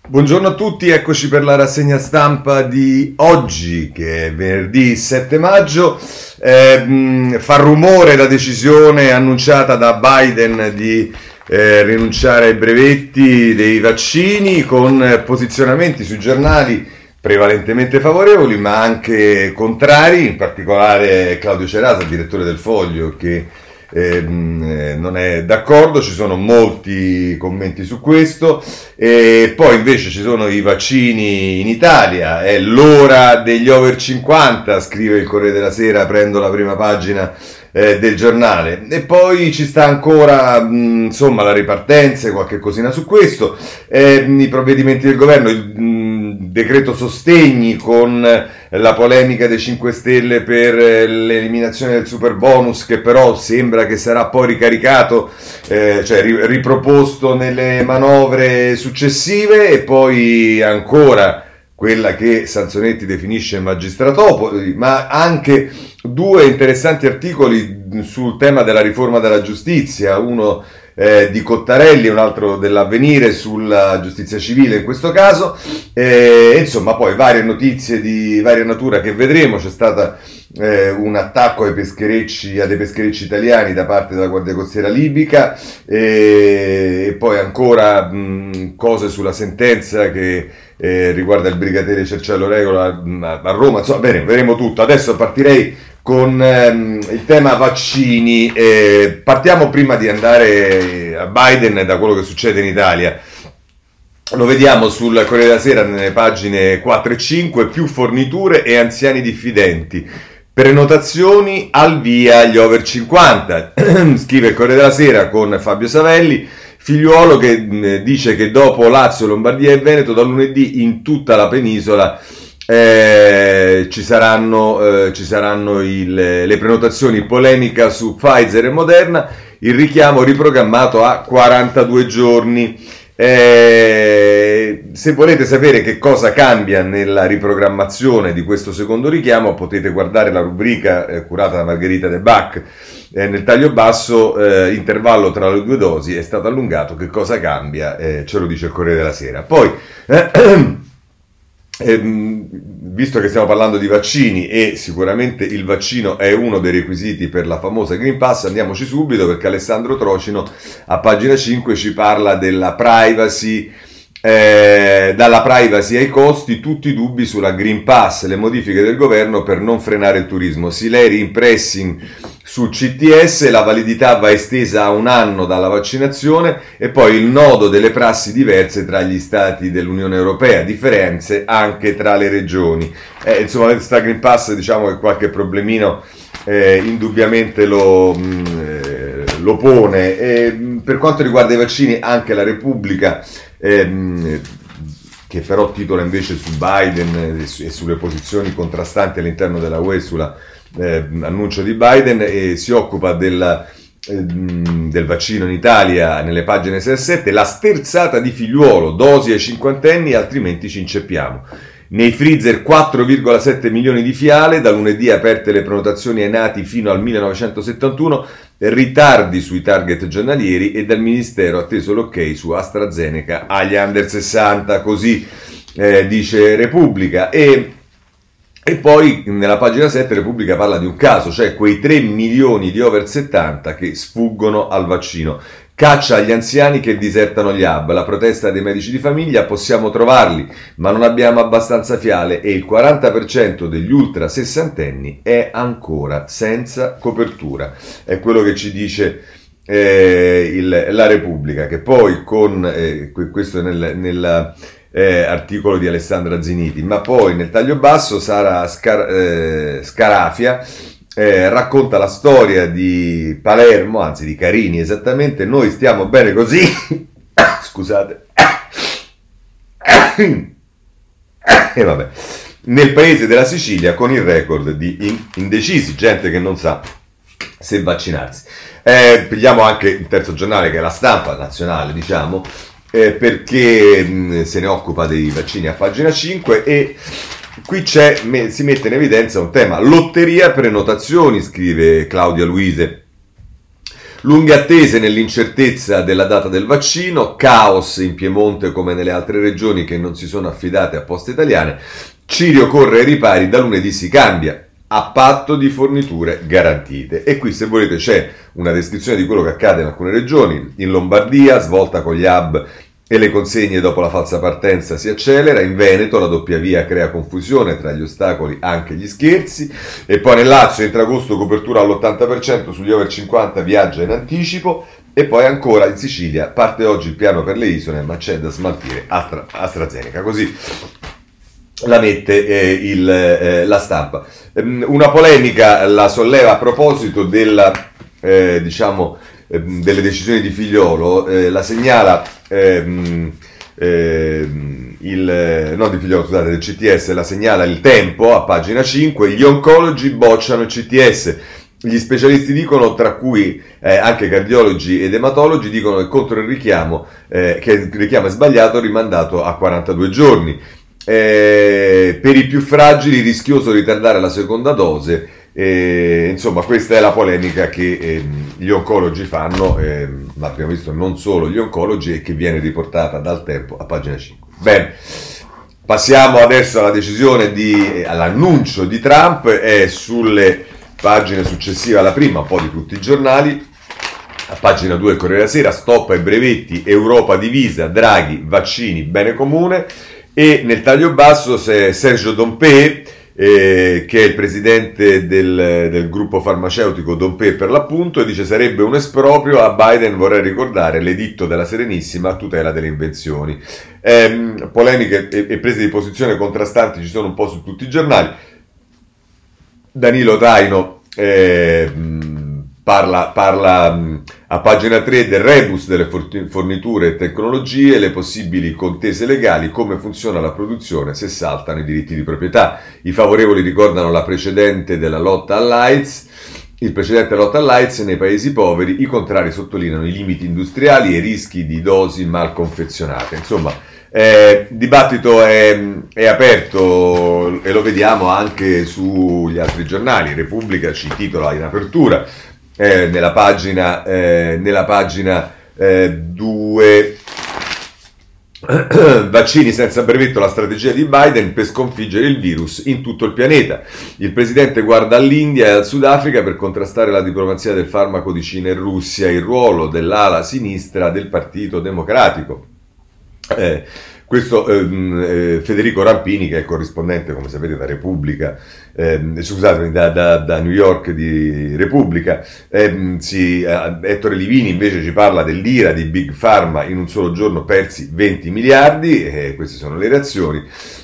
Buongiorno a tutti, eccoci per la rassegna stampa di oggi, che è venerdì 7 maggio. Fa rumore la decisione annunciata da Biden di rinunciare ai brevetti dei vaccini, con posizionamenti sui giornali prevalentemente favorevoli, ma anche contrari, in particolare Claudio Cerasa, direttore del Foglio, che non è d'accordo. Ci sono molti commenti su questo, e poi invece ci sono i vaccini in Italia. È l'ora degli over 50, scrive il Corriere della Sera, prendo la prima pagina del giornale, e poi ci sta ancora insomma la ripartenza, qualche cosina su questo, i provvedimenti del governo, il decreto sostegni con la polemica dei 5 Stelle per l'eliminazione del super bonus, che però sembra che sarà poi ricaricato, cioè riproposto nelle manovre successive, e poi ancora quella che Sansonetti definisce magistratopoli, ma anche due interessanti articoli sul tema della riforma della giustizia, uno di Cottarelli e un altro dell'Avvenire sulla giustizia civile in questo caso, insomma poi varie notizie di varia natura che vedremo. C'è stato un attacco a dei pescherecci italiani da parte della Guardia Costiera libica, e poi ancora cose sulla sentenza che riguarda il brigadiere Cerciello Regola a Roma. Insomma, bene, vedremo tutto. Adesso partirei con il tema vaccini. Partiamo, prima di andare a Biden, da quello che succede in Italia. Lo vediamo sul Corriere della Sera nelle pagine 4 e 5, più forniture e anziani diffidenti. Prenotazioni al via gli over 50, scrive il Corriere della Sera con Fabio Savelli. Figliuolo che dice che dopo Lazio, Lombardia e Veneto, da lunedì in tutta la penisola ci saranno le prenotazioni. Polemica su Pfizer e Moderna, il richiamo riprogrammato a 42 giorni. Se volete sapere che cosa cambia nella riprogrammazione di questo secondo richiamo, potete guardare la rubrica curata da Margherita De Bach nel taglio basso. Intervallo tra le due dosi è stato allungato, che cosa cambia? Ce lo dice il Corriere della Sera. Poi visto che stiamo parlando di vaccini, e sicuramente il vaccino è uno dei requisiti per la famosa Green Pass, andiamoci subito, perché Alessandro Trocino a pagina 5 ci parla della privacy. Dalla privacy ai costi, tutti i dubbi sulla Green Pass, le modifiche del governo per non frenare il turismo. Sileri in pressing sul CTS, la validità va estesa a 1 anno dalla vaccinazione, e poi il nodo delle prassi diverse tra gli stati dell'Unione Europea, differenze anche tra le regioni. Insomma, questa Green Pass, diciamo che qualche problemino indubbiamente lo pone. Per quanto riguarda i vaccini, anche la Repubblica, che però titola invece su Biden e sulle posizioni contrastanti all'interno della UE sull'annuncio di Biden, e si occupa del vaccino in Italia nelle pagine 6 e 7. La sterzata di Figliuolo, dosi ai cinquantenni altrimenti ci inceppiamo. Nei freezer 4,7 milioni di fiale, da lunedì aperte le prenotazioni ai nati fino al 1971, ritardi sui target giornalieri, e dal Ministero atteso l'ok su AstraZeneca agli under 60, così dice Repubblica. E poi nella pagina 7 Repubblica parla di un caso, cioè quei 3 milioni di over 70 che sfuggono al vaccino. Caccia agli anziani che disertano gli hub, la protesta dei medici di famiglia, possiamo trovarli, ma non abbiamo abbastanza fiale, e il 40% degli ultra sessantenni è ancora senza copertura. È quello che ci dice la Repubblica, che poi con questo articolo di Alessandra Ziniti, ma poi nel taglio basso Sara Scarafia racconta la storia di Palermo, anzi di Carini esattamente. Noi stiamo bene così, scusate, e vabbè, nel paese della Sicilia, con il record di indecisi, gente che non sa se vaccinarsi. Pigliamo anche il terzo giornale, che è La Stampa nazionale, diciamo, perché se ne occupa dei vaccini a pagina 5, e qui si mette in evidenza un tema: lotteria prenotazioni, scrive Claudia Luise. Lunghe attese nell'incertezza della data del vaccino, caos in Piemonte come nelle altre regioni che non si sono affidate a Poste Italiane. Cirio corre ai ripari, da lunedì si cambia, a patto di forniture garantite. E qui, se volete, c'è una descrizione di quello che accade in alcune regioni. In Lombardia, svolta con gli hub e le consegne dopo la falsa partenza si accelera. In Veneto la doppia via crea confusione, tra gli ostacoli anche gli scherzi. E poi nel Lazio, entro agosto, copertura all'80%, sugli over 50 viaggia in anticipo. E poi ancora in Sicilia parte oggi il piano per le isole, ma c'è da smaltire AstraZeneca. Così la mette la Stampa. Una polemica la solleva a proposito della, delle decisioni di Figliuolo, la segnala del CTS, la segnala Il Tempo a pagina 5. Gli oncologi bocciano il CTS. Gli specialisti dicono, tra cui anche cardiologi ed ematologi, dicono che contro il richiamo, che il richiamo è sbagliato, rimandato a 42 giorni. Per i più fragili rischioso ritardare la seconda dose. Insomma, questa è la polemica che gli oncologi fanno, ma abbiamo visto non solo gli oncologi, e che viene riportata dal Tempo a pagina 5. Bene, passiamo adesso alla decisione all'annuncio di Trump. È sulle pagine successive alla prima, un po' di tutti i giornali. A pagina 2 il Corriere della Sera: stop ai brevetti, Europa divisa, Draghi, vaccini, bene comune. E nel taglio basso c'è Sergio Dompé, che è il presidente del gruppo farmaceutico Dompé per l'appunto, e dice: sarebbe un esproprio a Biden, vorrei ricordare l'editto della Serenissima a tutela delle invenzioni. Polemiche e prese di posizione contrastanti ci sono un po' su tutti i giornali. Danilo Taino parla a pagina 3 del rebus delle forniture e tecnologie, le possibili contese legali, come funziona la produzione se saltano i diritti di proprietà. I favorevoli ricordano la precedente della lotta all'AIDS, il precedente lotta all'AIDS nei paesi poveri, i contrari sottolineano i limiti industriali e i rischi di dosi mal confezionate. Insomma, il dibattito è aperto e lo vediamo anche sugli altri giornali. Repubblica ci titola in apertura, nella pagina 2, vaccini senza brevetto, la strategia di Biden per sconfiggere il virus in tutto il pianeta. Il presidente guarda all'India e al Sudafrica per contrastare la diplomazia del farmaco di Cina e Russia, il ruolo dell'ala sinistra del Partito Democratico. Questo Federico Rampini, che è il corrispondente, come sapete, da Repubblica, da New York di Repubblica, Ettore Livini invece ci parla dell'ira di Big Pharma, in un solo giorno persi 20 miliardi, queste sono le reazioni.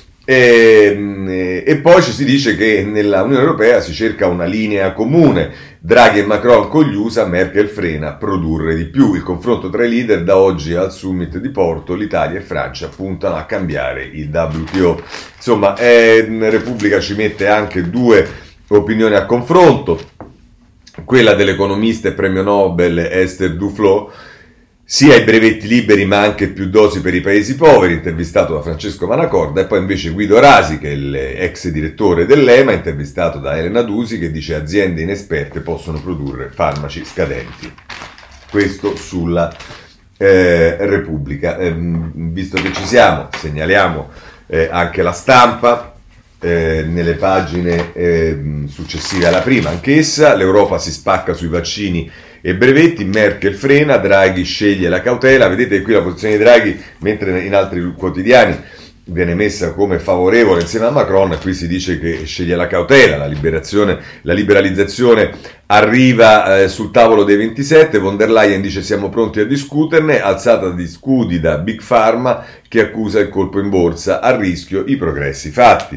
E poi ci si dice che nella Unione Europea si cerca una linea comune. Draghi e Macron con gli USA, Merkel frena produrre di più. Il confronto tra i leader da oggi al summit di Porto, l'Italia e Francia puntano a cambiare il WTO. Insomma, Repubblica ci mette anche due opinioni a confronto, quella dell'economista e premio Nobel Esther Duflo, sia i brevetti liberi ma anche più dosi per i paesi poveri, intervistato da Francesco Manacorda, e poi invece Guido Rasi, che è l'ex direttore dell'EMA, intervistato da Elena Dusi, che dice: aziende inesperte possono produrre farmaci scadenti. Questo sulla Repubblica. Visto che ci siamo, segnaliamo anche la Stampa, nelle pagine successive alla prima, anch'essa. L'Europa si spacca sui vaccini e brevetti, Merkel frena, Draghi sceglie la cautela. Vedete qui la posizione di Draghi, mentre in altri quotidiani viene messa come favorevole insieme a Macron, qui si dice che sceglie la cautela. La liberalizzazione arriva sul tavolo dei 27, von der Leyen dice: siamo pronti a discuterne, alzata di scudi da Big Pharma che accusa il colpo in borsa, a rischio i progressi fatti.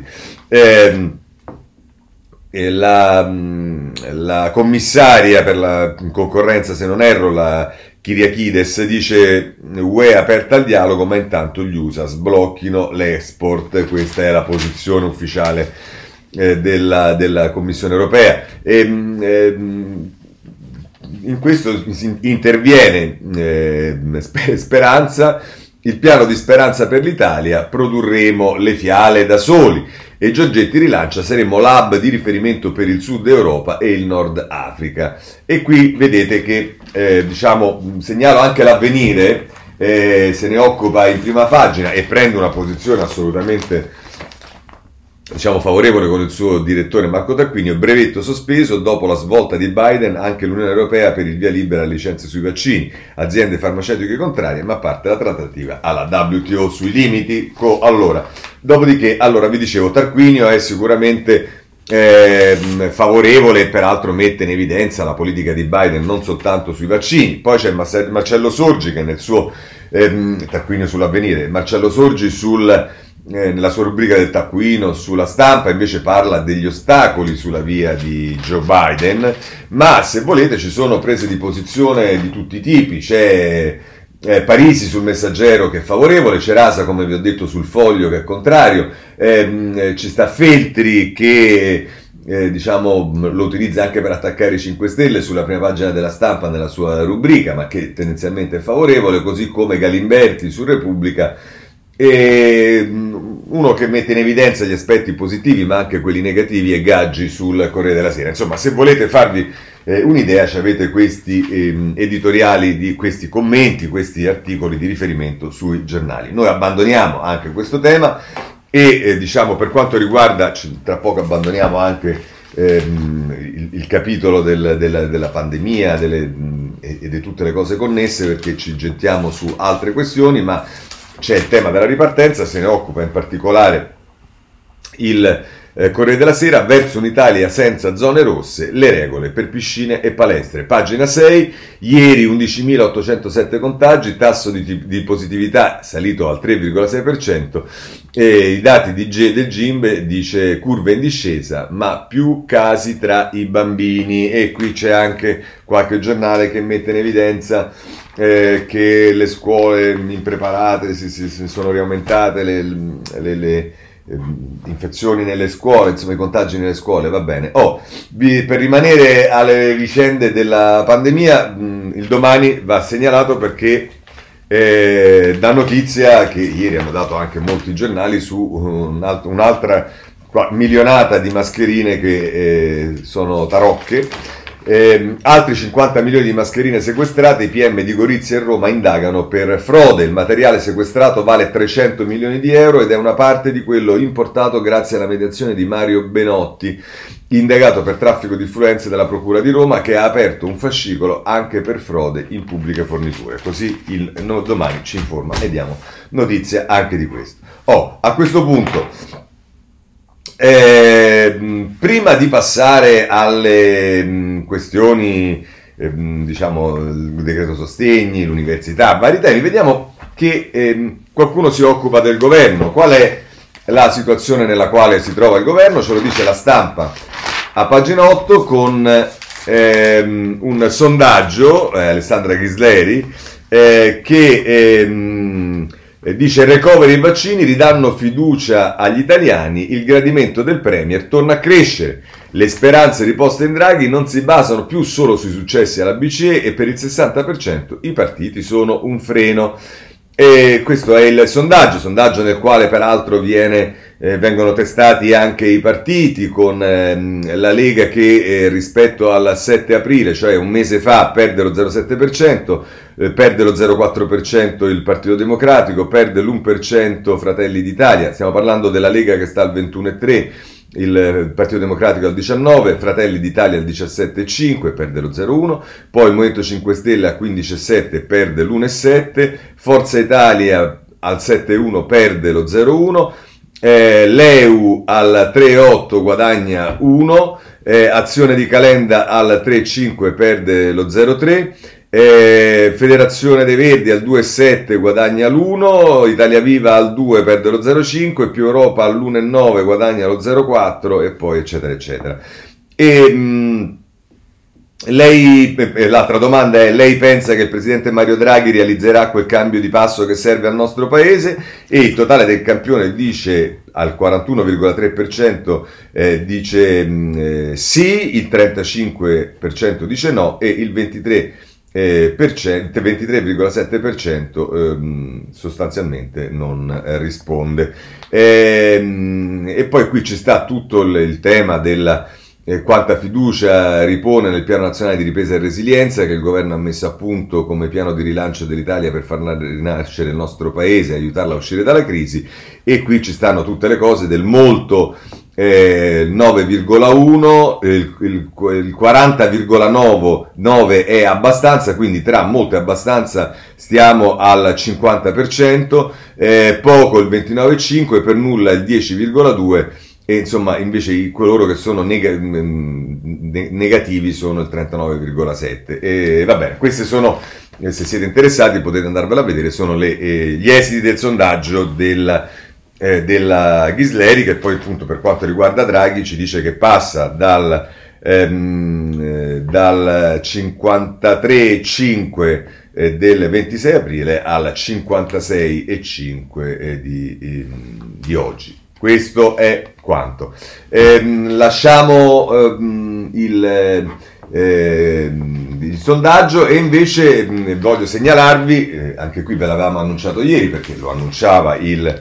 La commissaria per la concorrenza, se non erro, la Kyriakides, dice: UE aperta al dialogo, ma intanto gli USA sblocchino l'export. Questa è la posizione ufficiale della Commissione Europea. In questo interviene Speranza. il piano di speranza per l'Italia, produrremo le fiale da soli. E Giorgetti rilancia, saremo l'hub di riferimento per il Sud Europa e il Nord Africa. E qui vedete che, segnalo anche l'Avvenire, se ne occupa in prima pagina e prende una posizione assolutamente favorevole con il suo direttore Marco Tarquinio. Brevetto sospeso dopo la svolta di Biden, anche l'Unione Europea per il via libera a licenze sui vaccini, aziende farmaceutiche contrarie, ma parte la trattativa alla WTO sui limiti. Dopodiché, vi dicevo, Tarquinio è sicuramente favorevole e peraltro mette in evidenza la politica di Biden non soltanto sui vaccini. Poi c'è Marcello Sorgi che nel suo Tarquinio sull'Avvenire, Marcello Sorgi nella sua rubrica del taccuino sulla Stampa invece parla degli ostacoli sulla via di Joe Biden, ma se volete ci sono prese di posizione di tutti i tipi. C'è Parisi sul Messaggero che è favorevole, c'è Rasa, come vi ho detto, sul Foglio che è contrario, ci sta Feltri che lo utilizza anche per attaccare i 5 Stelle sulla prima pagina della Stampa nella sua rubrica, ma che tendenzialmente è favorevole, così come Galimberti su Repubblica, e uno che mette in evidenza gli aspetti positivi ma anche quelli negativi è Gaggi sul Corriere della Sera. Insomma, se volete farvi un'idea, avete questi editoriali, di questi commenti, questi articoli di riferimento sui giornali. Noi abbandoniamo anche questo tema e per quanto riguarda, tra poco abbandoniamo anche il capitolo della pandemia e di tutte le cose connesse, perché ci gettiamo su altre questioni, ma c'è il tema della ripartenza, se ne occupa in particolare il Corriere della Sera. Verso un'Italia senza zone rosse, le regole per piscine e palestre. Pagina 6, ieri 11.807 contagi, tasso di positività salito al 3,6%, e i dati del GIMBE dice curva in discesa, ma più casi tra i bambini. E qui c'è anche qualche giornale che mette in evidenza che le scuole impreparate si sono riaumentate, le infezioni nelle scuole, insomma i contagi nelle scuole, va bene. Per rimanere alle vicende della pandemia, il Domani va segnalato perché dà notizia che ieri hanno dato anche molti giornali su un'altra milionata di mascherine che sono tarocche. Altri 50 milioni di mascherine sequestrate, i PM di Gorizia e Roma indagano per frode. Il materiale sequestrato vale 300 milioni di euro ed è una parte di quello importato grazie alla mediazione di Mario Benotti, indagato per traffico di influenze dalla Procura di Roma, che ha aperto un fascicolo anche per frode in pubbliche forniture. Così il Domani ci informa e diamo notizia anche di questo. A questo punto, prima di passare alle questioni, il decreto sostegni, l'università, vari temi, vediamo che qualcuno si occupa del governo. Qual è la situazione nella quale si trova il governo? Ce lo dice la Stampa a pagina 8 con un sondaggio, Alessandra Ghisleri, che dice: recovery e vaccini ridanno fiducia agli italiani, il gradimento del Premier torna a crescere, le speranze riposte in Draghi non si basano più solo sui successi alla BCE e per il 60% i partiti sono un freno. E questo è il sondaggio nel quale peraltro vengono testati anche i partiti, con la Lega che rispetto al 7 aprile, cioè un mese fa, perde lo 0,7%, perde lo 0,4% il Partito Democratico, perde l'1% Fratelli d'Italia. Stiamo parlando della Lega che sta al 21,3%, il Partito Democratico al 19%, Fratelli d'Italia al 17,5%, perde lo 0,1%, poi il Movimento 5 Stelle al 15,7%, perde l'1,7%, Forza Italia al 7,1% perde lo 0,1%, l'EU al 3,8 guadagna 1, Azione di Calenda al 3,5 perde lo 0,3, Federazione dei Verdi al 2,7 guadagna l'1, Italia Viva al 2 perde lo 0,5, più Europa all'1,9 guadagna lo 0,4 e poi eccetera eccetera. L'altra domanda è: lei pensa che il presidente Mario Draghi realizzerà quel cambio di passo che serve al nostro paese? E il totale del campione dice al 41,3% dice sì, il 35% dice no e il 23% 23,7% sostanzialmente non risponde. E poi qui ci sta tutto il tema della quanta fiducia ripone nel piano nazionale di ripresa e resilienza che il governo ha messo a punto come piano di rilancio dell'Italia per far rinascere il nostro paese e aiutarla a uscire dalla crisi, e qui ci stanno tutte le cose del molto 9,1, il 40,9 è abbastanza, quindi tra molto e abbastanza stiamo al 50%, poco il 29,5, per nulla il 10,2, e insomma invece coloro che sono negativi sono il 39,7. E va bene, queste sono, se siete interessati potete andarvela a vedere, sono gli esiti del sondaggio della Ghisleri, che poi appunto per quanto riguarda Draghi ci dice che passa dal 53,5 del 26 aprile al 56,5 di oggi. Questo è quanto. Lasciamo il sondaggio, e invece voglio segnalarvi, anche qui ve l'avevamo annunciato ieri perché lo annunciava il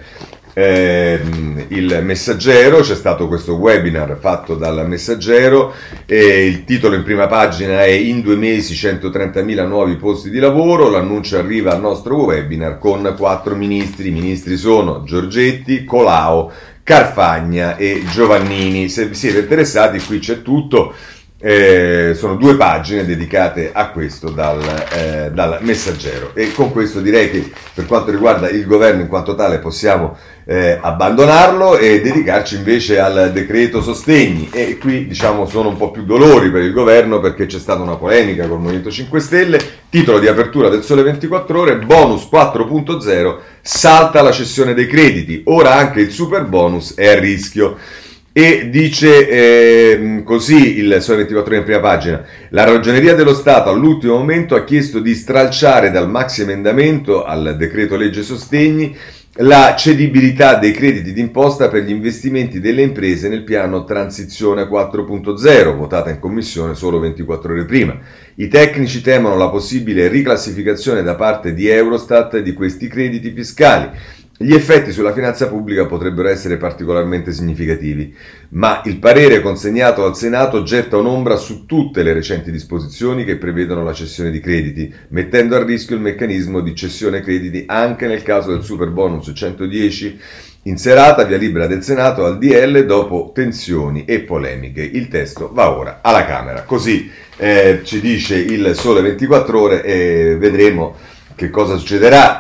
Messaggero, c'è stato questo webinar fatto dal Messaggero, il titolo in prima pagina è "In 2 mesi 130.000 nuovi posti di lavoro", l'annuncio arriva al nostro webinar con 4 ministri. I ministri sono Giorgetti, Colao, Carfagna e Giovannini. Se siete interessati, qui c'è tutto. Sono 2 pagine dedicate a questo dal Messaggero, e con questo direi che per quanto riguarda il governo in quanto tale possiamo abbandonarlo e dedicarci invece al decreto sostegni. E qui diciamo sono un po' più dolori per il governo, perché c'è stata una polemica col Movimento 5 Stelle. Titolo di apertura del Sole 24 Ore: bonus 4.0, salta la cessione dei crediti, ora anche il super bonus è a rischio. E dice così il Sole 24 Ore in prima pagina: la Ragioneria dello Stato all'ultimo momento ha chiesto di stralciare dal maxi emendamento al decreto legge sostegni la cedibilità dei crediti d'imposta per gli investimenti delle imprese nel piano Transizione 4.0, votata in commissione solo 24 ore prima. I tecnici temono la possibile riclassificazione da parte di Eurostat di questi crediti fiscali. Gli effetti sulla finanza pubblica potrebbero essere particolarmente significativi, ma il parere consegnato al Senato getta un'ombra su tutte le recenti disposizioni che prevedono la cessione di crediti, mettendo a rischio il meccanismo di cessione crediti anche nel caso del super bonus 110. In serata, via libera del Senato al DL dopo tensioni e polemiche. Il testo va ora alla Camera. Così ci dice il Sole 24 Ore, e vedremo che cosa succederà.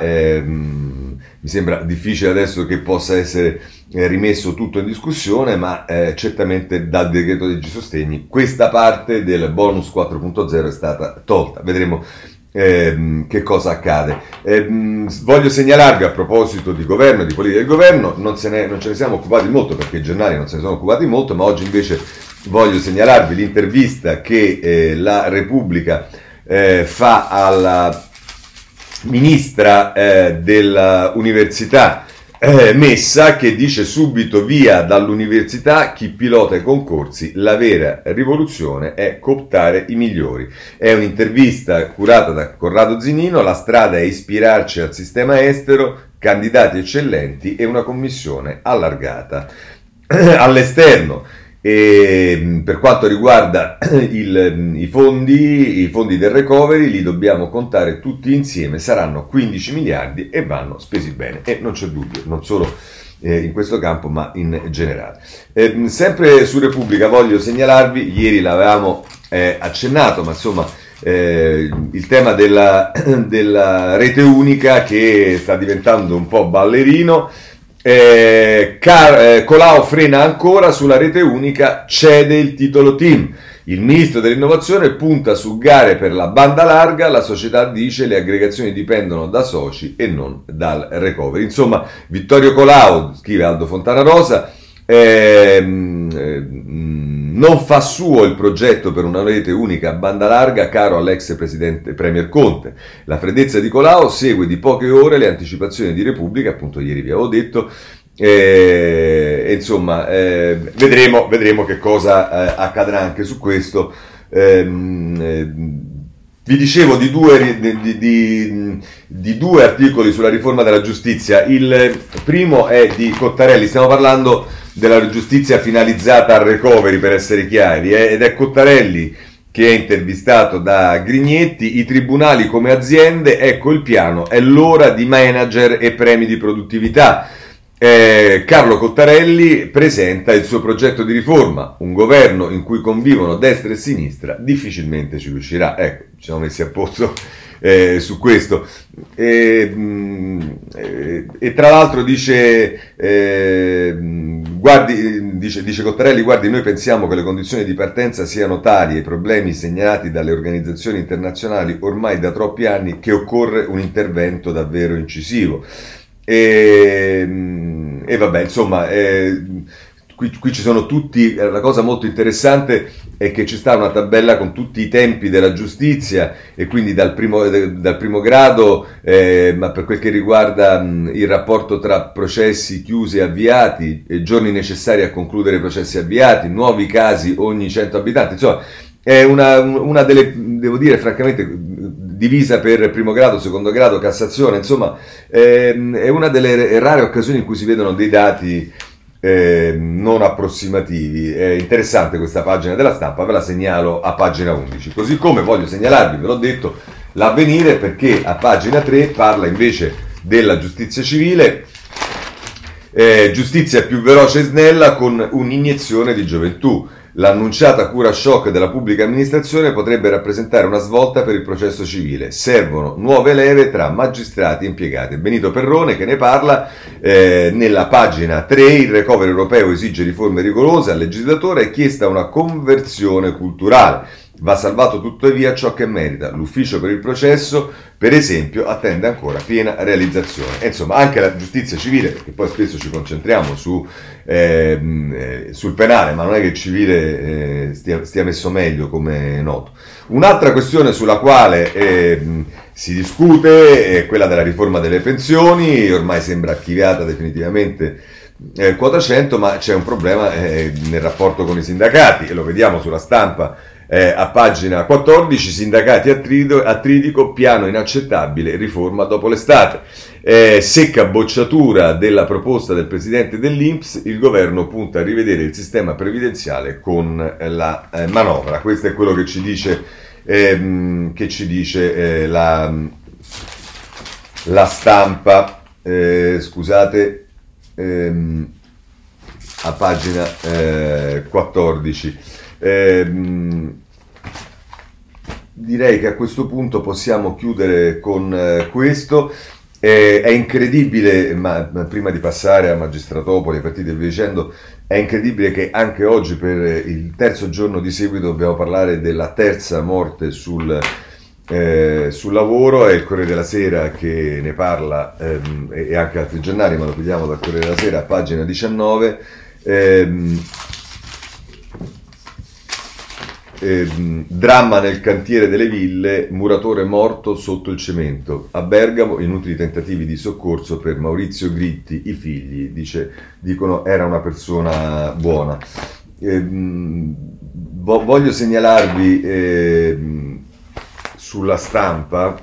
Mi sembra difficile adesso che possa essere rimesso tutto in discussione, ma certamente dal decreto legge sostegni questa parte del bonus 4.0 è stata tolta. Vedremo che cosa accade. Voglio segnalarvi, a proposito di governo e di politica del governo, non ce ne siamo occupati molto perché i giornali non se ne sono occupati molto, ma oggi invece voglio segnalarvi l'intervista che la Repubblica fa alla ministra dell'università Messa, che dice subito via dall'università chi pilota i concorsi, la vera rivoluzione è cooptare i migliori. È un'intervista curata da Corrado Zinino. La strada è ispirarci al sistema estero, candidati eccellenti e una commissione allargata all'esterno. E per quanto riguarda i fondi del recovery, li dobbiamo contare tutti insieme, saranno 15 miliardi e vanno spesi bene, e non c'è dubbio, non solo in questo campo ma in generale. Sempre su Repubblica voglio segnalarvi, ieri l'avevamo accennato, ma insomma il tema della rete unica che sta diventando un po' ballerino. Colao frena ancora sulla rete unica, cede il titolo TIM. Il ministro dell'innovazione punta su gare per la banda larga, la società dice le aggregazioni dipendono da soci e non dal recovery. Insomma, Vittorio Colao, scrive Aldo Fontana Rosa, non fa suo il progetto per una rete unica a banda larga caro all'ex presidente Premier Conte. La freddezza di Colao segue di poche ore le anticipazioni di Repubblica, appunto ieri vi avevo detto, insomma vedremo che cosa accadrà anche su questo. Vi dicevo di due articoli sulla riforma della giustizia. Il primo è di Cottarelli, stiamo parlando della giustizia finalizzata al recovery, per essere chiari, ed è Cottarelli che è intervistato da Grignetti. I tribunali come aziende, ecco il piano, è l'ora di manager e premi di produttività. Carlo Cottarelli presenta il suo progetto di riforma. Un governo in cui convivono destra e sinistra difficilmente ci riuscirà. Ecco, ci siamo messi a posto su questo. E tra l'altro dice Cottarelli, guardi, noi pensiamo che le condizioni di partenza siano tali e i problemi segnalati dalle organizzazioni internazionali ormai da troppi anni che occorre un intervento davvero incisivo. E vabbè, insomma, qui ci sono tutti. La cosa molto interessante è che ci sta una tabella con tutti i tempi della giustizia, e quindi dal primo grado, ma per quel che riguarda il rapporto tra processi chiusi e avviati, giorni necessari a concludere i processi avviati, nuovi casi ogni 100 abitanti, insomma è una delle, devo dire francamente, divisa per primo grado, secondo grado, Cassazione, insomma è una delle rare occasioni in cui si vedono dei dati non approssimativi. È interessante questa pagina della Stampa, ve la segnalo a pagina 11, così come voglio segnalarvi, ve l'ho detto, l'Avvenire, perché a pagina 3 parla invece della giustizia civile. Giustizia più veloce e snella con un'iniezione di gioventù. L'annunciata cura shock della pubblica amministrazione potrebbe rappresentare una svolta per il processo civile. Servono nuove leve tra magistrati e impiegati. Benito Perrone che ne parla nella pagina 3. Il recovery europeo esige riforme rigorose, al legislatore è chiesta una conversione culturale. Va salvato tuttavia ciò che merita. L'ufficio per il processo, per esempio, attende ancora piena realizzazione. E insomma, anche la giustizia civile, perché poi spesso ci concentriamo sul penale, ma non è che il civile stia messo meglio, come è noto. Un'altra questione sulla quale si discute è quella della riforma delle pensioni. Ormai sembra archiviata definitivamente quota 100, ma c'è un problema nel rapporto con i sindacati, e lo vediamo sulla Stampa. A pagina 14, sindacati a Tridico, piano inaccettabile, riforma dopo l'estate. Secca bocciatura della proposta del presidente dell'INPS, il governo punta a rivedere il sistema previdenziale con la manovra. Questo è quello che ci dice la Stampa. Scusate, a pagina 14. Direi che a questo punto possiamo chiudere con questo. È incredibile, ma prima di passare a Magistratopoli, a partire via dicendo, è incredibile che anche oggi, per il terzo giorno di seguito, dobbiamo parlare della terza morte sul lavoro. È il Corriere della Sera che ne parla, e anche altri giornali, ma lo vediamo dal Corriere della Sera a pagina 19. Dramma nel cantiere delle ville, muratore morto sotto il cemento. A Bergamo inutili tentativi di soccorso per Maurizio Gritti, i figli dicono era una persona buona. Voglio segnalarvi sulla Stampa,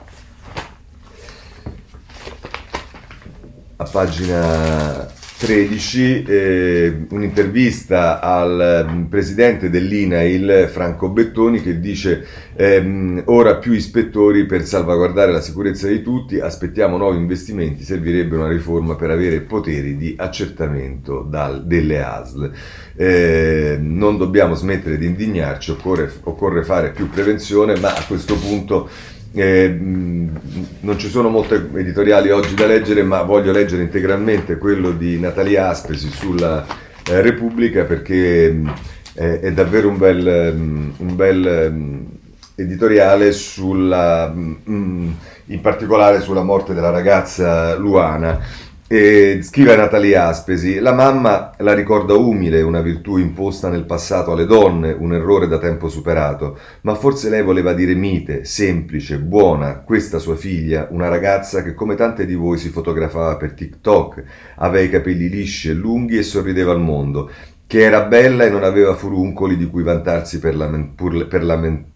a pagina 13, un'intervista al presidente dell'INAIL Franco Bettoni, che dice ora più ispettori per salvaguardare la sicurezza di tutti, aspettiamo nuovi investimenti, servirebbe una riforma per avere poteri di accertamento delle ASL. Non dobbiamo smettere di indignarci, occorre fare più prevenzione, ma a questo punto non ci sono molte editoriali oggi da leggere, ma voglio leggere integralmente quello di Natalia Aspesi sulla Repubblica, perché è davvero un bel editoriale in particolare sulla morte della ragazza Luana. Scrive Natalia Aspesi: la mamma la ricorda umile, una virtù imposta nel passato alle donne, un errore da tempo superato, ma forse lei voleva dire mite, semplice, buona, questa sua figlia, una ragazza che come tante di voi si fotografava per TikTok, aveva i capelli lisci e lunghi e sorrideva al mondo, che era bella e non aveva furuncoli di cui vantarsi per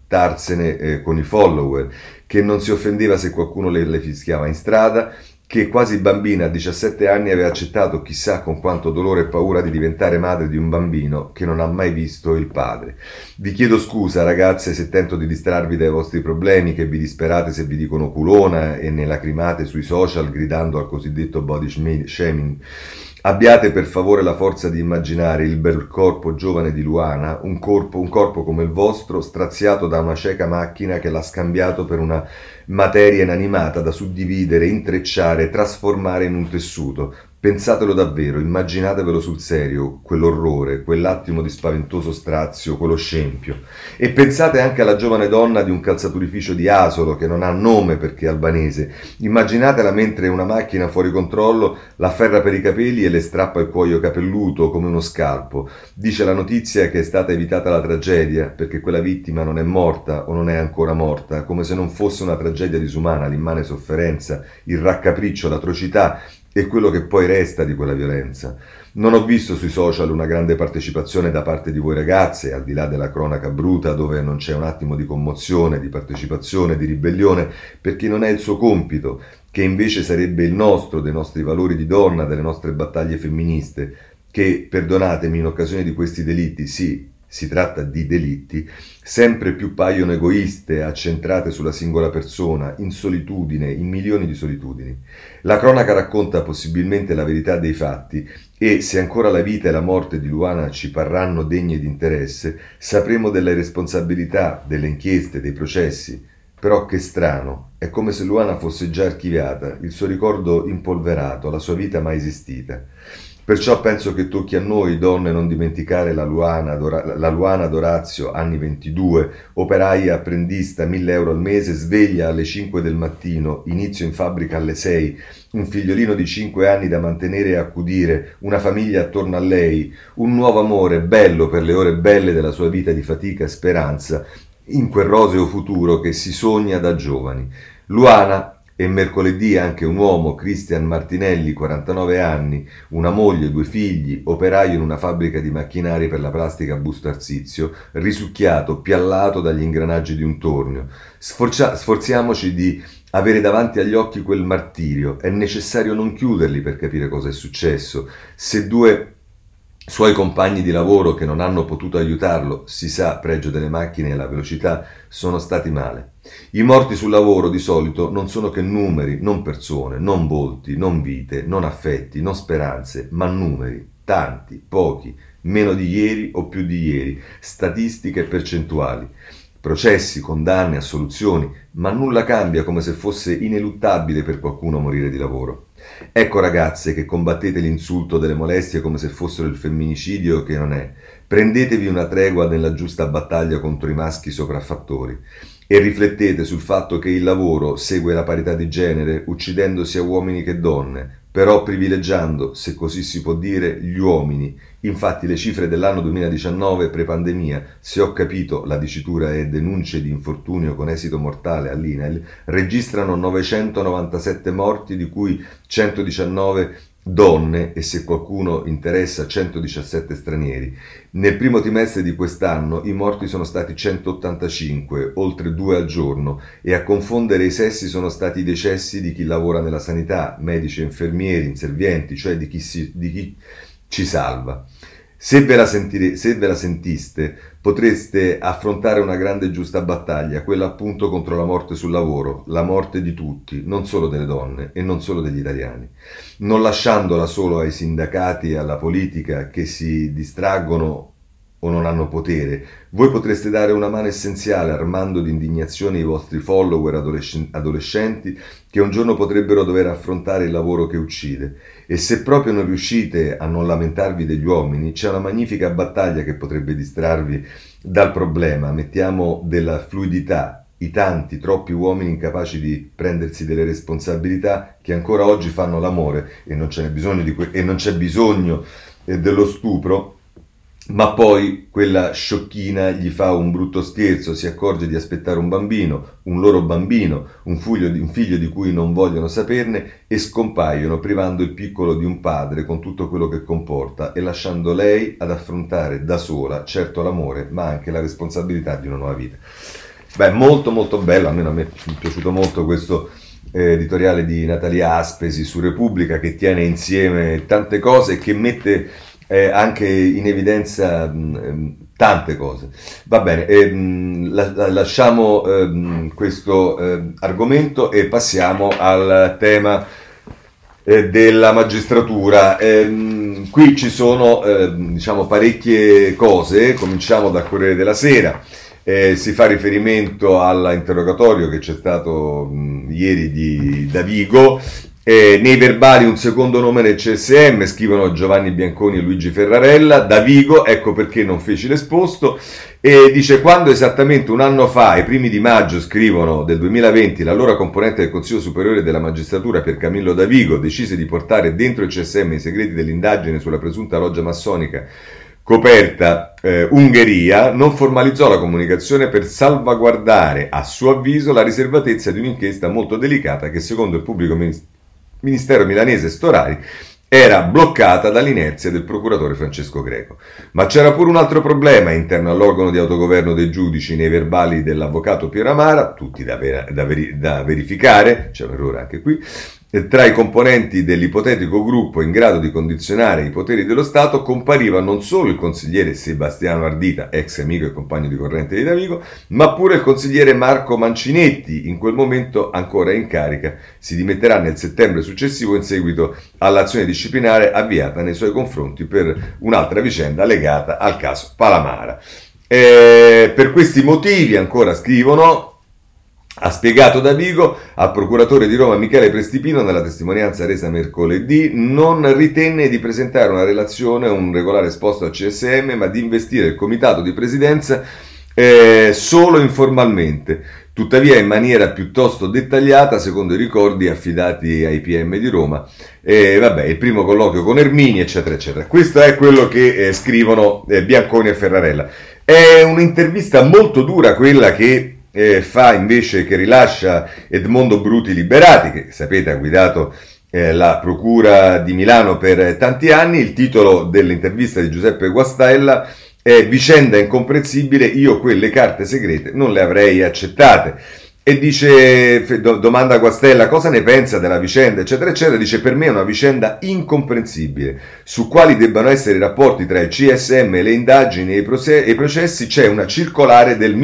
sputtarsene con i follower, che non si offendeva se qualcuno le fischiava in strada, che quasi bambina a 17 anni aveva accettato chissà con quanto dolore e paura di diventare madre di un bambino che non ha mai visto il padre. Vi chiedo scusa ragazze se tento di distrarvi dai vostri problemi, che vi disperate se vi dicono culona e ne lacrimate sui social gridando al cosiddetto body shaming. Abbiate per favore la forza di immaginare il bel corpo giovane di Luana, un corpo come il vostro, straziato da una cieca macchina che l'ha scambiato per una materia inanimata da suddividere, intrecciare, trasformare in un tessuto. Pensatelo davvero, immaginatevelo sul serio, quell'orrore, quell'attimo di spaventoso strazio, quello scempio. E pensate anche alla giovane donna di un calzaturificio di Asolo, che non ha nome perché è albanese. Immaginatela mentre una macchina fuori controllo la afferra per i capelli e le strappa il cuoio capelluto come uno scalpo. Dice la notizia che è stata evitata la tragedia, perché quella vittima non è morta o non è ancora morta, come se non fosse una tragedia disumana, l'immane sofferenza, il raccapriccio, l'atrocità e quello che poi resta di quella violenza. Non ho visto sui social una grande partecipazione da parte di voi ragazze, al di là della cronaca bruta dove non c'è un attimo di commozione, di partecipazione, di ribellione, perché non è il suo compito, che invece sarebbe il nostro, dei nostri valori di donna, delle nostre battaglie femministe, che, perdonatemi, in occasione di questi delitti, sì, si tratta di delitti, sempre più paiono egoiste, accentrate sulla singola persona, in solitudine, in milioni di solitudini. La cronaca racconta possibilmente la verità dei fatti e, se ancora la vita e la morte di Luana ci parranno degne di interesse, sapremo delle responsabilità, delle inchieste, dei processi. Però che strano, è come se Luana fosse già archiviata, il suo ricordo impolverato, la sua vita mai esistita. Perciò penso che tocchi a noi, donne, non dimenticare la Luana d'Orazio, anni 22, operaia apprendista, 1.000 euro al mese, sveglia alle 5 del mattino, inizio in fabbrica alle 6, un figliolino di 5 anni da mantenere e accudire, una famiglia attorno a lei, un nuovo amore bello per le ore belle della sua vita di fatica e speranza, in quel roseo futuro che si sogna da giovani. Luana, e mercoledì anche un uomo, Cristian Martinelli, 49 anni, una moglie, 2 figli, operaio in una fabbrica di macchinari per la plastica a Busto Arsizio, risucchiato, piallato dagli ingranaggi di un tornio. Sforziamoci di avere davanti agli occhi quel martirio. È necessario non chiuderli per capire cosa è successo. Se 2 suoi compagni di lavoro che non hanno potuto aiutarlo, si sa, pregio delle macchine e la velocità, sono stati male. I morti sul lavoro di solito non sono che numeri, non persone, non volti, non vite, non affetti, non speranze, ma numeri, tanti, pochi, meno di ieri o più di ieri, statistiche e percentuali. Processi, condanne, assoluzioni, ma nulla cambia, come se fosse ineluttabile per qualcuno morire di lavoro. Ecco ragazze che combattete l'insulto delle molestie come se fossero il femminicidio che non è. Prendetevi una tregua nella giusta battaglia contro i maschi sopraffattori e riflettete sul fatto che il lavoro segue la parità di genere uccidendo sia uomini che donne, però privilegiando, se così si può dire, gli uomini. Infatti le cifre dell'anno 2019 pre-pandemia, se ho capito, la dicitura è denunce di infortunio con esito mortale all'INAIL, registrano 997 morti, di cui 119 donne e, se qualcuno interessa, 117 stranieri. Nel primo trimestre di quest'anno i morti sono stati 185, oltre 2 al giorno, e a confondere i sessi sono stati i decessi di chi lavora nella sanità, medici, infermieri, inservienti, cioè di chi ci salva. Se ve la sentiste, potreste affrontare una grande e giusta battaglia, quella appunto contro la morte sul lavoro, la morte di tutti, non solo delle donne e non solo degli italiani, non lasciandola solo ai sindacati e alla politica che si distraggono o non hanno potere. Voi potreste dare una mano essenziale armando di indignazione i vostri follower adolescenti che un giorno potrebbero dover affrontare il lavoro che uccide. E se proprio non riuscite a non lamentarvi degli uomini, c'è una magnifica battaglia che potrebbe distrarvi dal problema, mettiamo della fluidità, i tanti, troppi uomini incapaci di prendersi delle responsabilità che ancora oggi fanno l'amore e non c'è bisogno dello stupro. Ma poi quella sciocchina gli fa un brutto scherzo, si accorge di aspettare un bambino, un loro bambino, un figlio di cui non vogliono saperne, e scompaiono privando il piccolo di un padre con tutto quello che comporta e lasciando lei ad affrontare da sola certo l'amore ma anche la responsabilità di una nuova vita. Beh, molto molto bello, almeno a me è piaciuto molto questo editoriale di Natalia Aspesi su Repubblica, che tiene insieme tante cose e che mette anche in evidenza tante cose. Va bene, lasciamo questo argomento e passiamo al tema della magistratura. Qui ci sono diciamo parecchie cose, cominciamo dal Corriere della Sera. Si fa riferimento all'interrogatorio che c'è stato ieri di Davigo. Nei verbali un secondo nome nel CSM, scrivono Giovanni Bianconi e Luigi Ferrarella. Davigo, ecco perché non feci l'esposto. E dice: quando esattamente un anno fa, ai primi di maggio, scrivono, del 2020, l'allora componente del Consiglio Superiore della Magistratura Piercamillo Davigo decise di portare dentro il CSM i segreti dell'indagine sulla presunta loggia massonica coperta Ungheria, non formalizzò la comunicazione per salvaguardare, a suo avviso, la riservatezza di un'inchiesta molto delicata che, secondo il pubblico ministero milanese Storari, era bloccata dall'inerzia del procuratore Francesco Greco. Ma c'era pure un altro problema interno all'organo di autogoverno dei giudici nei verbali dell'avvocato Piero Amara, tutti da verificare, c'è un errore anche qui. Tra i componenti dell'ipotetico gruppo in grado di condizionare i poteri dello Stato compariva non solo il consigliere Sebastiano Ardita, ex amico e compagno di corrente di Davigo, ma pure il consigliere Marco Mancinetti, in quel momento ancora in carica. Si dimetterà nel settembre successivo in seguito all'azione disciplinare avviata nei suoi confronti per un'altra vicenda legata al caso Palamara. Per questi motivi, ancora scrivono, ha spiegato Davigo al procuratore di Roma Michele Prestipino nella testimonianza resa mercoledì, non ritenne di presentare una relazione o un regolare esposto al CSM, ma di investire il comitato di presidenza solo informalmente, tuttavia in maniera piuttosto dettagliata secondo i ricordi affidati ai PM di Roma. Il primo colloquio con Ermini, eccetera eccetera. Questo è quello che scrivono Bianconi e Ferrarella. È un'intervista molto dura quella che che rilascia Edmondo Bruti Liberati, che sapete ha guidato la procura di Milano per tanti anni. Il titolo dell'intervista di Giuseppe Guastella è "Vicenda incomprensibile, io quelle carte segrete non le avrei accettate". E dice, domanda a Guastella cosa ne pensa della vicenda, eccetera eccetera. Dice: per me è una vicenda incomprensibile, su quali debbano essere i rapporti tra il CSM, le indagini e i processi. C'è una circolare del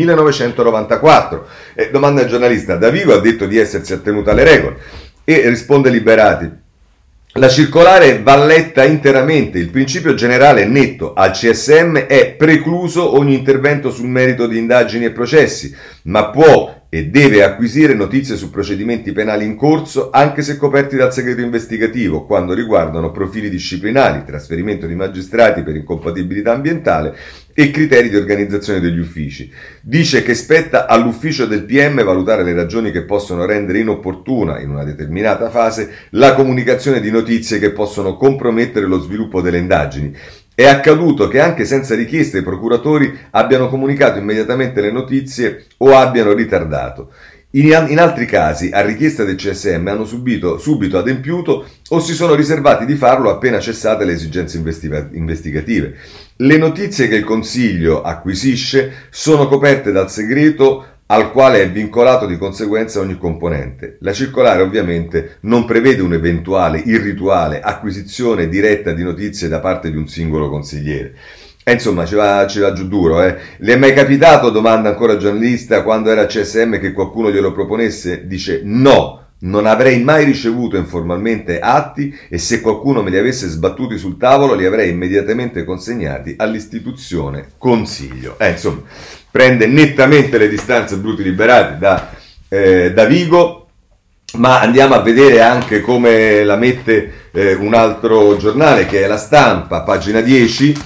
1994. Domanda al giornalista: Davigo ha detto di essersi attenuto alle regole, e risponde Liberati: la circolare va letta interamente, il principio generale netto: al CSM è precluso ogni intervento sul merito di indagini e processi, ma può e deve acquisire notizie su procedimenti penali in corso, anche se coperti dal segreto investigativo, quando riguardano profili disciplinari, trasferimento di magistrati per incompatibilità ambientale e criteri di organizzazione degli uffici. Dice che spetta all'ufficio del PM valutare le ragioni che possono rendere inopportuna, in una determinata fase, la comunicazione di notizie che possono compromettere lo sviluppo delle indagini. È accaduto che anche senza richiesta i procuratori abbiano comunicato immediatamente le notizie o abbiano ritardato. In altri casi, a richiesta del CSM, hanno subito adempiuto o si sono riservati di farlo appena cessate le esigenze investigative. Le notizie che il Consiglio acquisisce sono coperte dal segreto al quale è vincolato di conseguenza ogni componente. La circolare ovviamente non prevede un'eventuale irrituale acquisizione diretta di notizie da parte di un singolo consigliere. Insomma, ci va giù duro. Le è mai capitato, domanda ancora il giornalista, quando era CSM che qualcuno glielo proponesse? Dice: no, non avrei mai ricevuto informalmente atti e se qualcuno me li avesse sbattuti sul tavolo li avrei immediatamente consegnati all'istituzione Consiglio. Insomma, prende nettamente le distanze Bruti Liberati da Davigo, ma andiamo a vedere anche come la mette un altro giornale, che è La Stampa, pagina 10.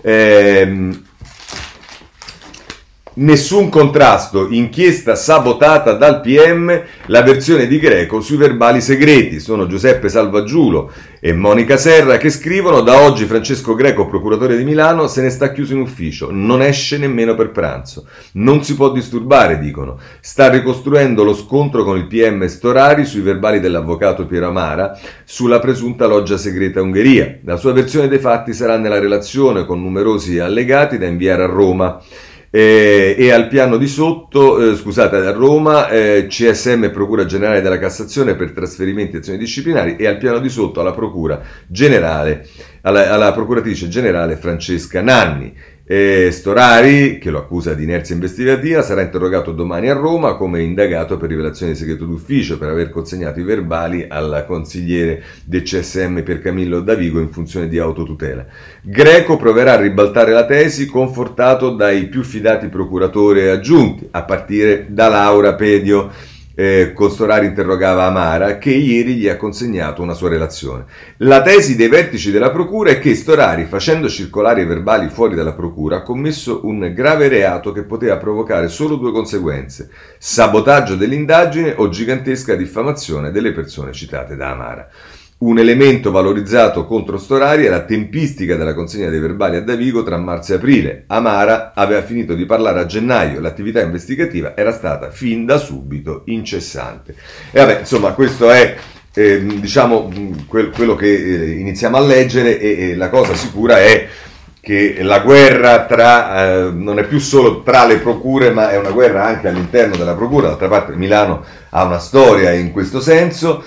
Nessun contrasto, inchiesta sabotata dal PM, la versione di Greco sui verbali segreti. Sono Giuseppe Salvaggiulo e Monica Serra che scrivono: da oggi Francesco Greco, procuratore di Milano, se ne sta chiuso in ufficio, non esce nemmeno per pranzo, non si può disturbare, dicono. Sta ricostruendo lo scontro con il PM Storari sui verbali dell'avvocato Piero Amara sulla presunta loggia segreta Ungheria. La sua versione dei fatti sarà nella relazione con numerosi allegati da inviare a Roma. E al piano di sotto, scusate, a Roma, CSM e Procura Generale della Cassazione per trasferimenti e azioni disciplinari, e al piano di sotto alla Procura Generale, alla Procuratrice Generale Francesca Nanni. Storari, che lo accusa di inerzia investigativa, sarà interrogato domani a Roma come indagato per rivelazione di segreto d'ufficio per aver consegnato i verbali al consigliere del CSM per Camillo Davigo in funzione di autotutela. Greco proverà a ribaltare la tesi, confortato dai più fidati procuratori aggiunti, a partire da Laura Pedio. Storari interrogava Amara, che ieri gli ha consegnato una sua relazione. La tesi dei vertici della procura è che Storari, facendo circolare i verbali fuori dalla procura, ha commesso un grave reato che poteva provocare solo due conseguenze: sabotaggio dell'indagine o gigantesca diffamazione delle persone citate da Amara. Un elemento valorizzato contro Storari è la tempistica della consegna dei verbali a Davigo tra marzo e aprile. Amara aveva finito di parlare a gennaio, l'attività investigativa era stata fin da subito incessante. E vabbè, insomma, questo è diciamo quello che iniziamo a leggere, e la cosa sicura è che la guerra non è più solo tra le procure, ma è una guerra anche all'interno della procura. D'altra parte Milano ha una storia in questo senso.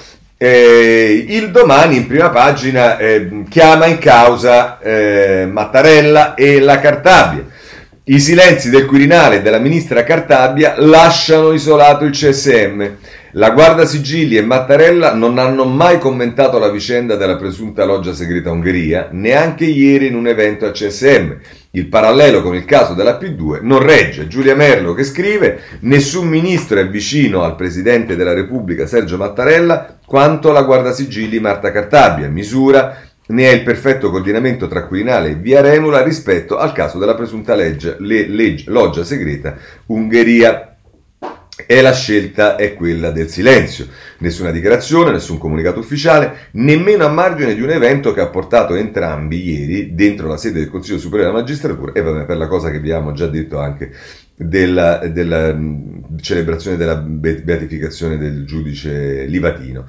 Il Domani in prima pagina chiama in causa Mattarella e la Cartabia. I silenzi del Quirinale e della ministra Cartabia lasciano isolato il CSM. La Guardasigilli e Mattarella non hanno mai commentato la vicenda della presunta loggia segreta Ungheria, neanche ieri in un evento al CSM. Il parallelo con il caso della P2 non regge. Giulia Merlo che scrive: nessun ministro è vicino al Presidente della Repubblica Sergio Mattarella quanto la Guardasigilli Marta Cartabia. Misura ne è il perfetto coordinamento tra Quirinale e Via Remula rispetto al caso della presunta loggia segreta Ungheria. E la scelta è quella del silenzio. Nessuna dichiarazione, nessun comunicato ufficiale, nemmeno a margine di un evento che ha portato entrambi ieri dentro la sede del Consiglio Superiore della Magistratura, e vabbè, per la cosa che vi abbiamo già detto anche della celebrazione della beatificazione del giudice Livatino.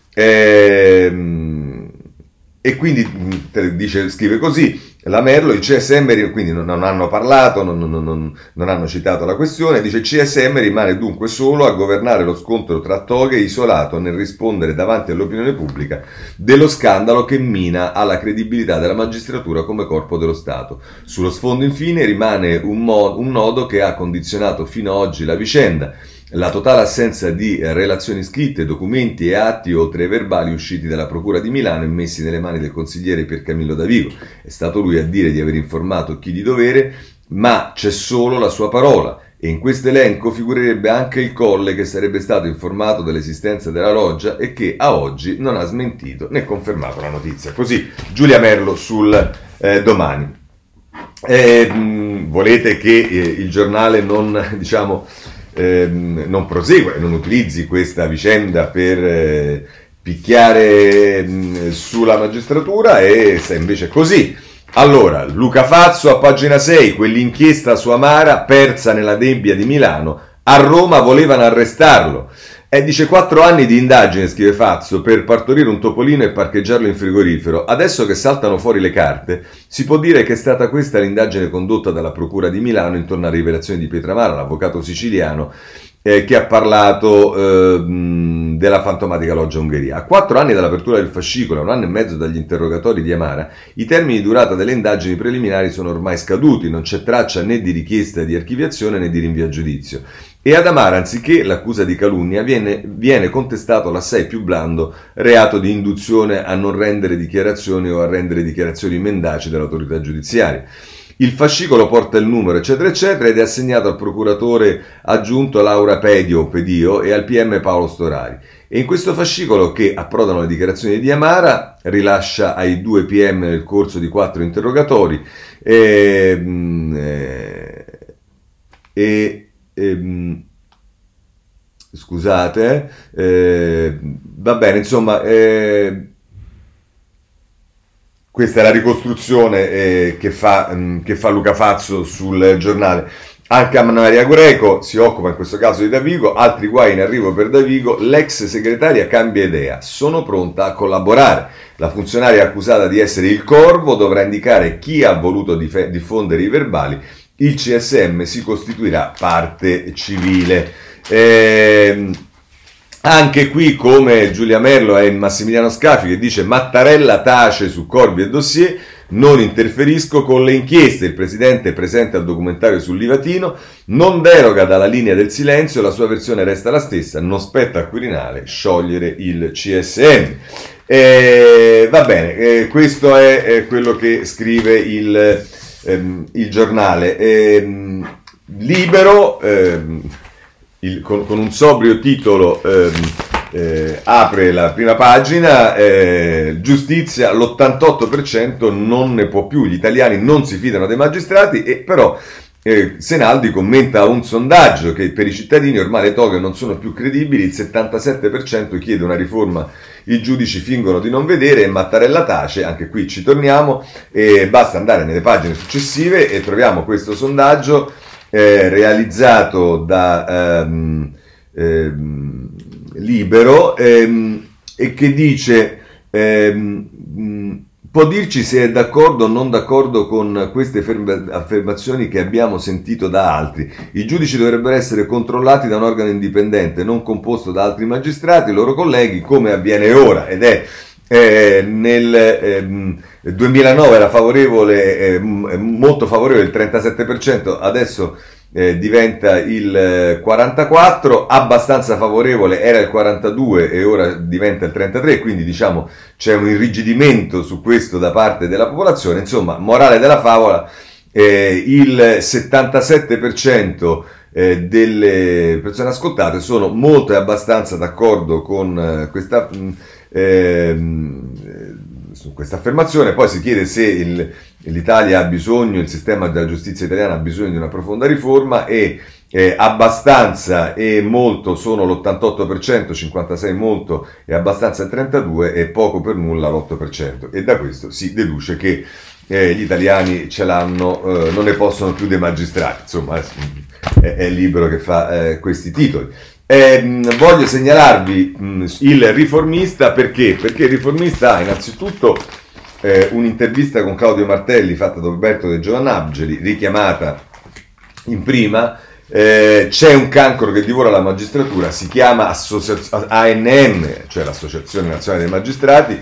E quindi scrive così la Merlo: il CSM, quindi non hanno parlato, non hanno citato la questione, dice: il CSM rimane dunque solo a governare lo scontro tra toghe, isolato nel rispondere davanti all'opinione pubblica dello scandalo che mina alla credibilità della magistratura come corpo dello Stato. Sullo sfondo infine rimane un nodo che ha condizionato fino ad oggi la vicenda: la totale assenza di relazioni scritte, documenti e atti, oltre ai verbali usciti dalla Procura di Milano e messi nelle mani del consigliere Pier Camillo Davigo. È stato lui a dire di aver informato chi di dovere, ma c'è solo la sua parola, e in questo elenco figurerebbe anche il Colle, che sarebbe stato informato dell'esistenza della loggia e che a oggi non ha smentito né confermato la notizia. Così Giulia Merlo sul Domani. Volete che il giornale non prosegua e non utilizzi questa vicenda per picchiare sulla magistratura, e se invece è così. Allora, Luca Fazzo a pagina 6, quell'inchiesta su Amara persa nella nebbia di Milano, a Roma volevano arrestarlo. Dice 4 anni di indagine, scrive Fazzo, per partorire un topolino e parcheggiarlo in frigorifero. Adesso che saltano fuori le carte, si può dire che è stata questa l'indagine condotta dalla Procura di Milano intorno alla rivelazione di Pietramala, l'avvocato siciliano che ha parlato della fantomatica loggia Ungheria. A 4 anni dall'apertura del fascicolo, a 1 anno e mezzo dagli interrogatori di Amara, i termini di durata delle indagini preliminari sono ormai scaduti, non c'è traccia né di richiesta di archiviazione né di rinvio a giudizio. E ad Amara, anziché l'accusa di calunnia, viene contestato l'assai più blando reato di induzione a non rendere dichiarazioni o a rendere dichiarazioni mendaci dall'autorità giudiziaria. Il fascicolo porta il numero, eccetera, eccetera, ed è assegnato al procuratore aggiunto Laura Pedio e al PM Paolo Storari. E in questo fascicolo, che approdano le dichiarazioni di Amara, rilascia ai 2 PM nel corso di 4 interrogatori scusate, va bene, insomma, questa è la ricostruzione che fa Luca Fazzo sul giornale. Anche Anna Maria Greco si occupa in questo caso di Davigo, altri guai in arrivo per Davigo, l'ex segretaria cambia idea, sono pronta a collaborare. La funzionaria accusata di essere il Corvo dovrà indicare chi ha voluto diffondere i verbali il CSM si costituirà parte civile. Anche qui, come Giulia Merlo, è Massimiliano Scafi che dice: Mattarella tace su corvi e dossier, non interferisco con le inchieste, il presidente è presente al documentario sul Livatino, non deroga dalla linea del silenzio, la sua versione resta la stessa, non spetta al Quirinale sciogliere il CSM. Va bene, questo è quello che scrive il giornale. Libero, con un sobrio titolo, apre la prima pagina, giustizia, l'88% non ne può più, gli italiani non si fidano dei magistrati, e però Senaldi commenta un sondaggio che per i cittadini ormai le toghe non sono più credibili, il 77% chiede una riforma, i giudici fingono di non vedere, e Mattarella tace. Anche qui ci torniamo, e basta andare nelle pagine successive e troviamo questo sondaggio realizzato da Libero, e che dice: può dirci se è d'accordo o non d'accordo con queste affermazioni che abbiamo sentito da altri. I giudici dovrebbero essere controllati da un organo indipendente, non composto da altri magistrati, loro colleghi, come avviene ora. Ed è nel 2009 era favorevole, molto favorevole il 37%, adesso diventa il 44%, abbastanza favorevole era il 42% e ora diventa il 33%, quindi diciamo c'è un irrigidimento su questo da parte della popolazione. Insomma, morale della favola, il 77% delle persone ascoltate sono molto e abbastanza d'accordo con su questa affermazione. Poi si chiede se l'Italia ha bisogno, il sistema della giustizia italiana ha bisogno di una profonda riforma, e abbastanza e molto sono l'88%, 56% molto e abbastanza il 32%, e poco per nulla l'8%, e da questo si deduce che gli italiani ce l'hanno, non ne possono più dei magistrati. Insomma, è Libero che fa questi titoli. Voglio segnalarvi il Riformista, perché il Riformista ha innanzitutto un'intervista con Claudio Martelli fatta da Roberto De Giovannangeli, richiamata in prima. C'è un cancro che divora la magistratura, si chiama ANM, cioè l'Associazione Nazionale dei Magistrati,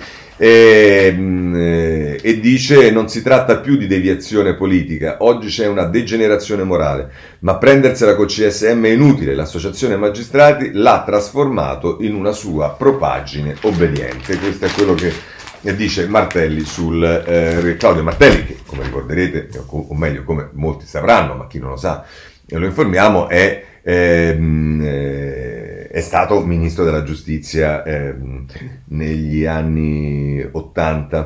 e dice: non si tratta più di deviazione politica, oggi c'è una degenerazione morale, ma prendersela col CSM è inutile, l'associazione magistrati l'ha trasformato in una sua propaggine obbediente. Questo è quello che dice Martelli sul Claudio Martelli, che come ricorderete, o meglio come molti sapranno, ma chi non lo sa lo informiamo, è stato ministro della giustizia negli anni 80.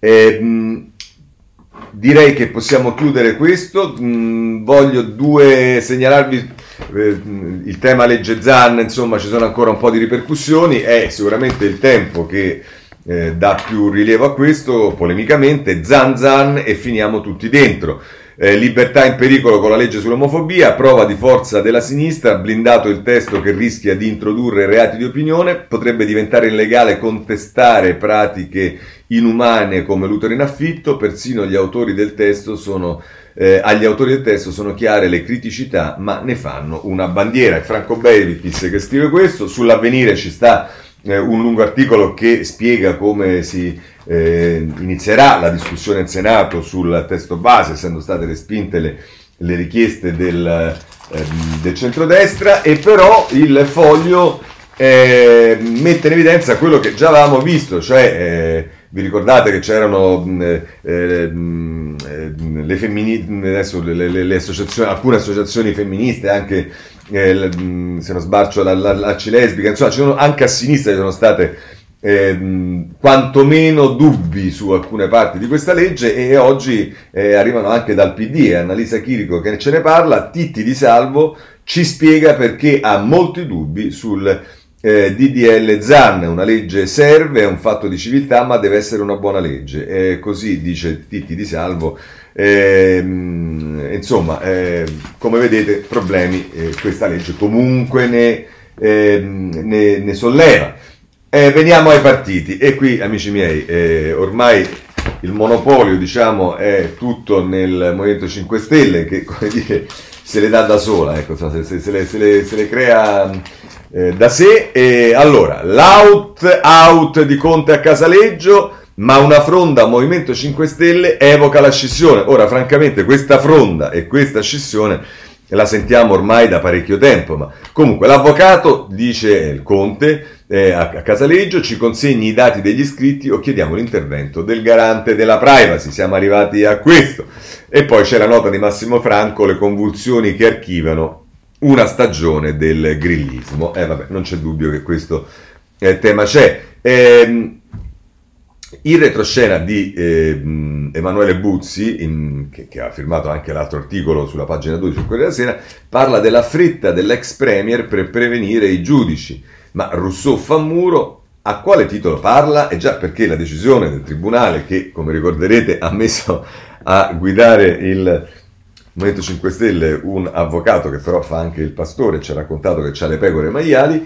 Direi che possiamo chiudere questo. Voglio segnalarvi il tema legge Zan. Insomma, ci sono ancora un po' di ripercussioni, è sicuramente il tempo che dà più rilievo a questo, polemicamente. Zan e finiamo tutti dentro. Libertà in pericolo con la legge sull'omofobia, prova di forza della sinistra, blindato il testo che rischia di introdurre reati di opinione, potrebbe diventare illegale contestare pratiche inumane come l'utero in affitto, persino agli autori del testo sono chiare le criticità, ma ne fanno una bandiera. È Franco Bevichis che scrive questo. Sull'Avvenire ci sta un lungo articolo che spiega come si inizierà la discussione in Senato sul testo base, essendo state respinte le richieste del centrodestra, e però il Foglio mette in evidenza quello che già avevamo visto, cioè vi ricordate che c'erano le associazioni, alcune associazioni femministe, anche se non sbarcio l'Arci Lesbica, insomma, ci sono anche a sinistra, ci sono state quantomeno dubbi su alcune parti di questa legge, e oggi arrivano anche dal PD, Annalisa Chirico che ce ne parla. Titti Di Salvo ci spiega perché ha molti dubbi sul DDL Zan. Una legge serve, è un fatto di civiltà, ma deve essere una buona legge, così dice Titti Di Salvo. Insomma, come vedete, problemi questa legge comunque ne solleva. Veniamo ai partiti, e qui, amici miei, ormai il monopolio, diciamo, è tutto nel Movimento 5 Stelle, che, come dire, se le dà da sola, ecco, se le crea da sé. E allora, out di Conte a Casaleggio, ma una fronda a Movimento 5 Stelle evoca la scissione. Ora, francamente, questa fronda e questa scissione la sentiamo ormai da parecchio tempo, ma comunque l'avvocato, dice il Conte a Casaleggio, ci consegni i dati degli iscritti o chiediamo l'intervento del garante della privacy. Siamo arrivati a questo. E poi c'è la nota di Massimo Franco, le convulsioni che archivano una stagione del grillismo. Vabbè, non c'è dubbio che questo tema c'è. Il retroscena di Emanuele Buzzi, che ha firmato anche l'altro articolo sulla pagina 12 del Corriere della Sera, parla della fretta dell'ex premier per prevenire i giudici. Ma Rousseau fa muro, a quale titolo parla? E già perché la decisione del tribunale, che come ricorderete ha messo a guidare il Movimento 5 Stelle un avvocato che però fa anche il pastore, ci ha raccontato che c'ha le pecore maiali,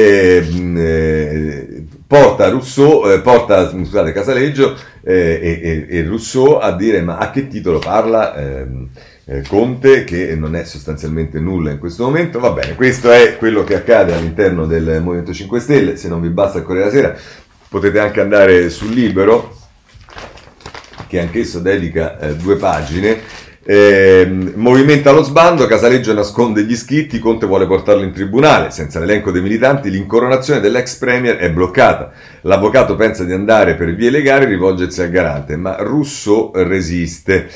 porta Casaleggio e Rousseau a dire: ma a che titolo parla Conte, che non è sostanzialmente nulla in questo momento? Va bene, questo è quello che accade all'interno del Movimento 5 Stelle. Se non vi basta il Corriere della Sera, potete anche andare sul Libero, che anch'esso dedica 2 pagine. Movimenta lo sbando, Casaleggio nasconde gli iscritti, Conte vuole portarlo in tribunale, senza l'elenco dei militanti l'incoronazione dell'ex premier è bloccata, l'avvocato pensa di andare per vie legali e rivolgersi al garante, ma Rousseau resiste.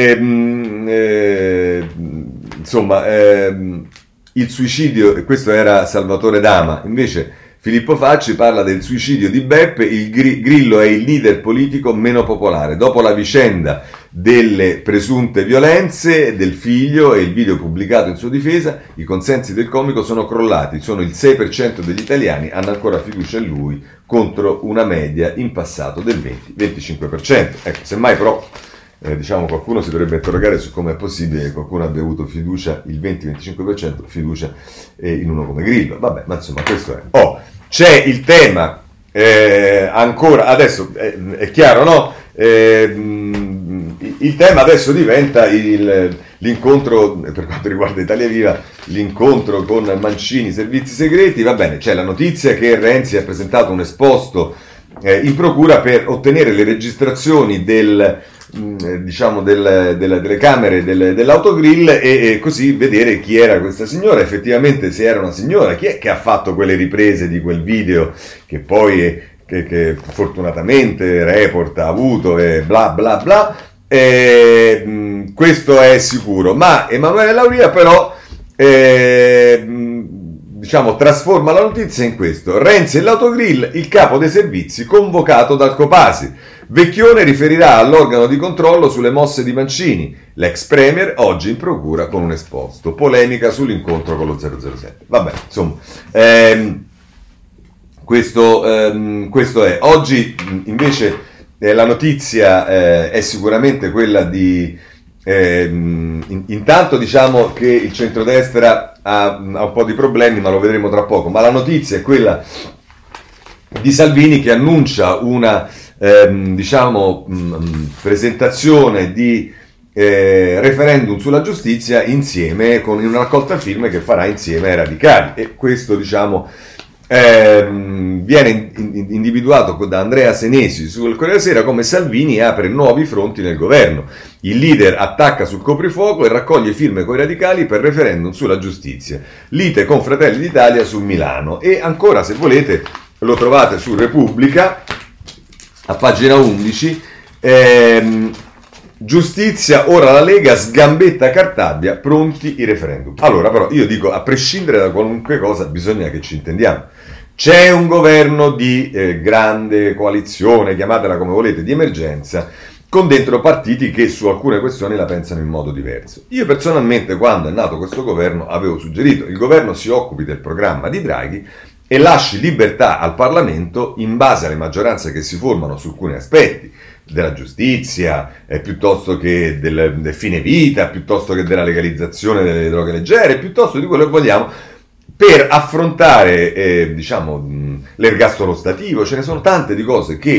Il suicidio, questo era Salvatore Dama, invece Filippo Facci parla del suicidio di Beppe, il Grillo è il leader politico meno popolare. Dopo la vicenda delle presunte violenze del figlio e il video pubblicato in sua difesa, i consensi del comico sono crollati, sono il 6% degli italiani hanno ancora fiducia in lui contro una media in passato del 20-25%. Ecco, semmai però qualcuno si dovrebbe interrogare su come è possibile che qualcuno abbia avuto fiducia, il 20-25% fiducia in uno come Grillo. Vabbè, ma insomma questo è. C'è il tema ancora, adesso è chiaro, no? Il tema adesso diventa l'incontro, per quanto riguarda Italia Viva, l'incontro con Mancini, servizi segreti. Va bene, c'è la notizia che Renzi ha presentato un esposto in procura per ottenere le registrazioni delle camere dell'autogrill e così vedere chi era questa signora, effettivamente se era una signora, chi è che ha fatto quelle riprese di quel video che poi che fortunatamente Report ha avuto e bla bla bla. Questo è sicuro, ma Emanuele Lauria però trasforma la notizia in questo: Renzi e l'autogrill, il capo dei servizi convocato dal Copasi. Vecchione riferirà all'organo di controllo sulle mosse di Mancini. L'ex premier oggi in procura con un esposto. Polemica sull'incontro con lo 007. Vabbè, insomma, questo è. Oggi invece la notizia è sicuramente quella di intanto diciamo che il centrodestra ha un po' di problemi, ma lo vedremo tra poco. Ma la notizia è quella di Salvini, che annuncia una presentazione di referendum sulla giustizia insieme con una raccolta firme che farà insieme ai radicali, e questo viene individuato da Andrea Senesi sul Corriere della Sera come Salvini apre nuovi fronti nel governo. Il leader attacca sul coprifuoco e raccoglie firme coi radicali per referendum sulla giustizia. Lite con Fratelli d'Italia su Milano. E ancora, se volete, lo trovate su Repubblica a pagina 11. Giustizia, ora la Lega sgambetta Cartabia, pronti i referendum. Allora, però, io dico, a prescindere da qualunque cosa, bisogna che ci intendiamo. C'è un governo di grande coalizione, chiamatela come volete, di emergenza, con dentro partiti che su alcune questioni la pensano in modo diverso. Io personalmente, quando è nato questo governo, avevo suggerito il governo si occupi del programma di Draghi e lasci libertà al Parlamento in base alle maggioranze che si formano su alcuni aspetti della giustizia, piuttosto che del fine vita, piuttosto che della legalizzazione delle droghe leggere, piuttosto di quello che vogliamo, per affrontare l'ergastolo stativo. Ce ne sono tante di cose che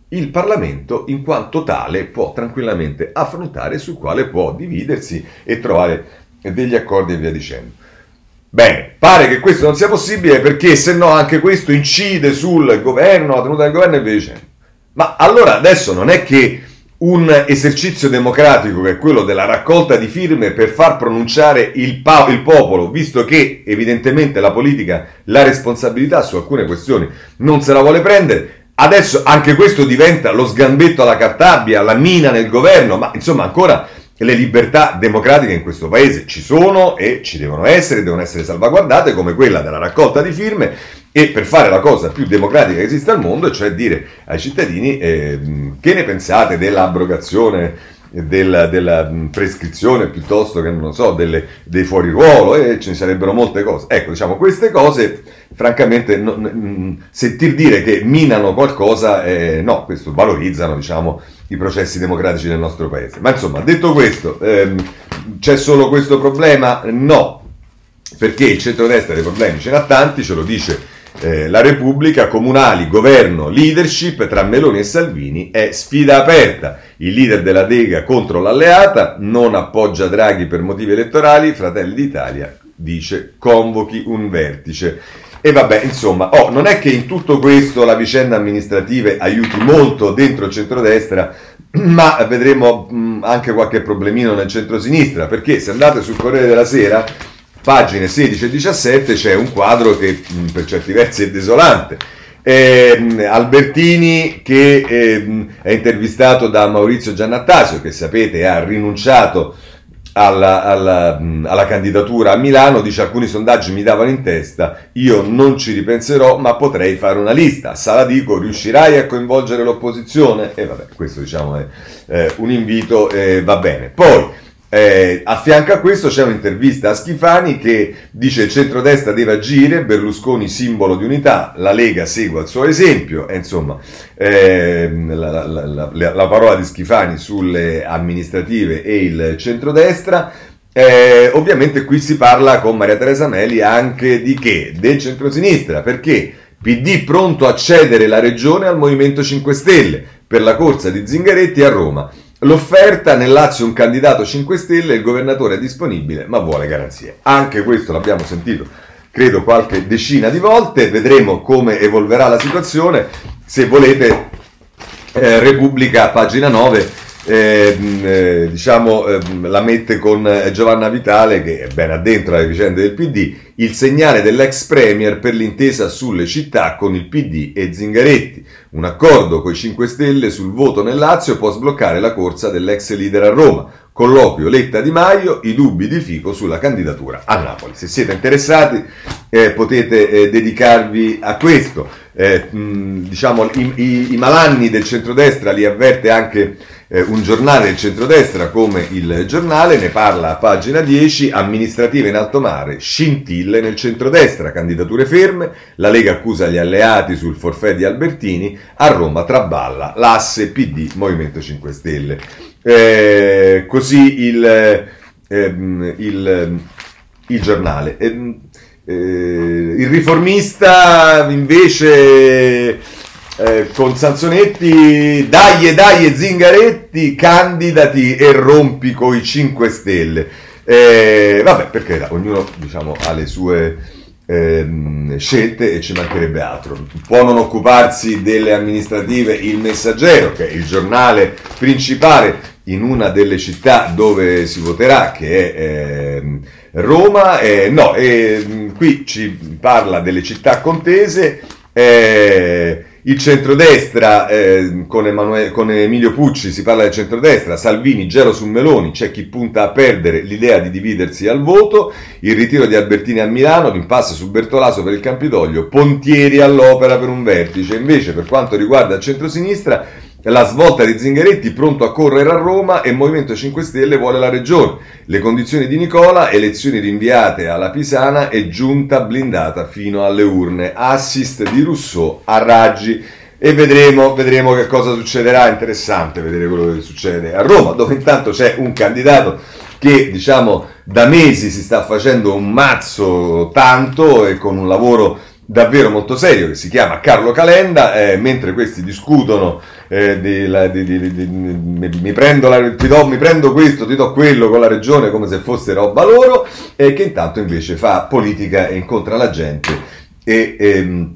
il Parlamento in quanto tale può tranquillamente affrontare, sul quale può dividersi e trovare degli accordi e via dicendo. Bene, pare che questo non sia possibile perché se no anche questo incide sul governo, la tenuta del governo e via dicendo. Ma allora adesso non è che un esercizio democratico che è quello della raccolta di firme per far pronunciare il popolo, visto che evidentemente la politica la responsabilità su alcune questioni non se la vuole prendere, adesso anche questo diventa lo sgambetto alla Cartabia, la mina nel governo, ma insomma ancora le libertà democratiche in questo paese ci sono e ci devono essere salvaguardate, come quella della raccolta di firme, e per fare la cosa più democratica che esiste al mondo, cioè dire ai cittadini che ne pensate dell'abrogazione della prescrizione piuttosto che, non so, dei fuori ruolo, e ce ne sarebbero molte cose. Ecco, diciamo, queste cose, francamente, sentir dire che minano qualcosa, no, questo valorizzano, diciamo, i processi democratici del nostro paese. Ma insomma, detto questo, c'è solo questo problema? No, perché il centrodestra dei problemi ce n'ha tanti, ce lo dice la Repubblica. Comunali, governo, leadership tra Meloni e Salvini è sfida aperta. Il leader della Lega contro l'alleata, non appoggia Draghi per motivi elettorali, Fratelli d'Italia dice convochi un vertice. E vabbè, insomma, non è che in tutto questo la vicenda amministrativa aiuti molto dentro il centrodestra, ma vedremo anche qualche problemino nel centrosinistra, perché se andate sul Corriere della Sera, pagine 16 e 17, c'è un quadro che per certi versi è desolante. Albertini, che è intervistato da Maurizio Giannattasio, che sapete ha rinunciato alla candidatura a Milano, dice: alcuni sondaggi mi davano in testa, io non ci ripenserò, ma potrei fare una lista. Sala dico, riuscirai a coinvolgere l'opposizione? E vabbè, questo diciamo è un invito, va bene. Poi a fianco a questo c'è un'intervista a Schifani che dice: il centrodestra deve agire, Berlusconi simbolo di unità, la Lega segua il suo esempio. E insomma, la parola di Schifani sulle amministrative e il centrodestra. Ovviamente qui si parla con Maria Teresa Meli anche di che? Del centrosinistra, perché PD pronto a cedere la regione al Movimento 5 Stelle per la corsa di Zingaretti a Roma. L'offerta: nel Lazio un candidato 5 Stelle, il governatore è disponibile ma vuole garanzie. Anche questo l'abbiamo sentito, credo, qualche decina di volte. Vedremo come evolverà la situazione. Se volete, Repubblica, pagina 9, la mette con Giovanna Vitale, che è ben addentro alle vicende del PD. Il segnale dell'ex premier per l'intesa sulle città con il PD e Zingaretti. Un accordo coi 5 Stelle sul voto nel Lazio può sbloccare la corsa dell'ex leader a Roma. Colloquio Letta-Di Maio, i dubbi di Fico sulla candidatura a Napoli. Se siete interessati potete dedicarvi a questo. I malanni del centrodestra li avverte anche un giornale del centrodestra come Il Giornale, ne parla a pagina 10. Amministrative in alto mare, scintille nel centrodestra, candidature ferme, la Lega accusa gli alleati sul forfait di Albertini, a Roma traballa l'asse PD Movimento 5 Stelle. Così il Giornale. Il Riformista invece, con Sansonetti: dai Zingaretti, candidati e rompi coi 5 Stelle. Vabbè, perché ognuno, diciamo, ha le sue scelte e ci mancherebbe altro. Può non occuparsi delle amministrative Il Messaggero, che è il giornale principale in una delle città dove si voterà, che è Roma. Qui ci parla delle città contese. Il centrodestra, con Emilio Pucci si parla del centrodestra. Salvini, gelo su Meloni, c'è chi punta a perdere l'idea di dividersi al voto. Il ritiro di Albertini a Milano, l'impasse su Bertolaso per il Campidoglio, Pontieri all'opera per un vertice. Invece, per quanto riguarda il centrosinistra, la svolta di Zingaretti, pronto a correre a Roma, e Movimento 5 Stelle vuole la regione. Le condizioni di Nicola, elezioni rinviate alla Pisana e giunta blindata fino alle urne. Assist di Rousseau a Raggi. E vedremo che cosa succederà. Interessante vedere quello che succede a Roma, dove intanto c'è un candidato che, diciamo, da mesi si sta facendo un mazzo tanto, e con un lavoro davvero molto serio che si chiama Carlo Calenda, mentre questi discutono mi prendo questo, ti do quello con la regione come se fosse roba loro, e che intanto invece fa politica e incontra la gente e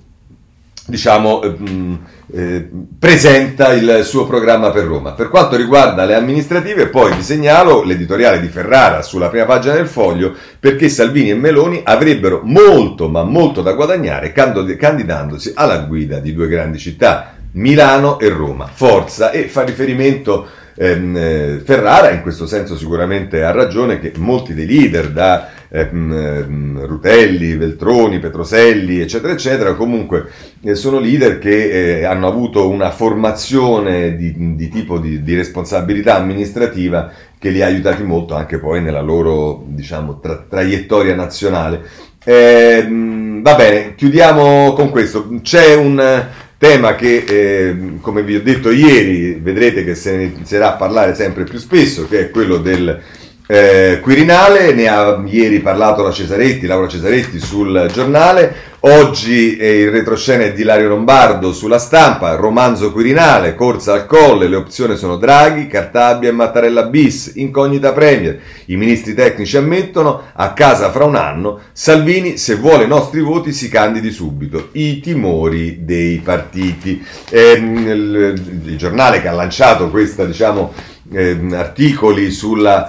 presenta il suo programma per Roma. Per quanto riguarda le amministrative, poi vi segnalo l'editoriale di Ferrara sulla prima pagina del Foglio, perché Salvini e Meloni avrebbero molto ma molto da guadagnare candidandosi alla guida di due grandi città, Milano e Roma. Forza, e fa riferimento Ferrara, in questo senso sicuramente ha ragione, che molti dei leader da Rutelli, Veltroni, Petroselli, eccetera, eccetera, comunque sono leader che hanno avuto una formazione di tipo di responsabilità amministrativa che li ha aiutati molto anche poi nella loro, diciamo, traiettoria nazionale. Va bene, chiudiamo con questo. C'è un tema che, come vi ho detto ieri, vedrete che se ne inizierà a parlare sempre più spesso, che è quello del Quirinale. Ne ha ieri parlato Laura Cesaretti sul Giornale. Oggi il retroscena è di Ilario Lombardo sulla Stampa, romanzo Quirinale, corsa al colle, le opzioni sono Draghi, Cartabia e Mattarella bis, incognita Premier, i ministri tecnici ammettono, a casa fra un anno, Salvini se vuole i nostri voti si candidi subito, i timori dei partiti. Il Giornale che ha lanciato questa, diciamo, articoli sul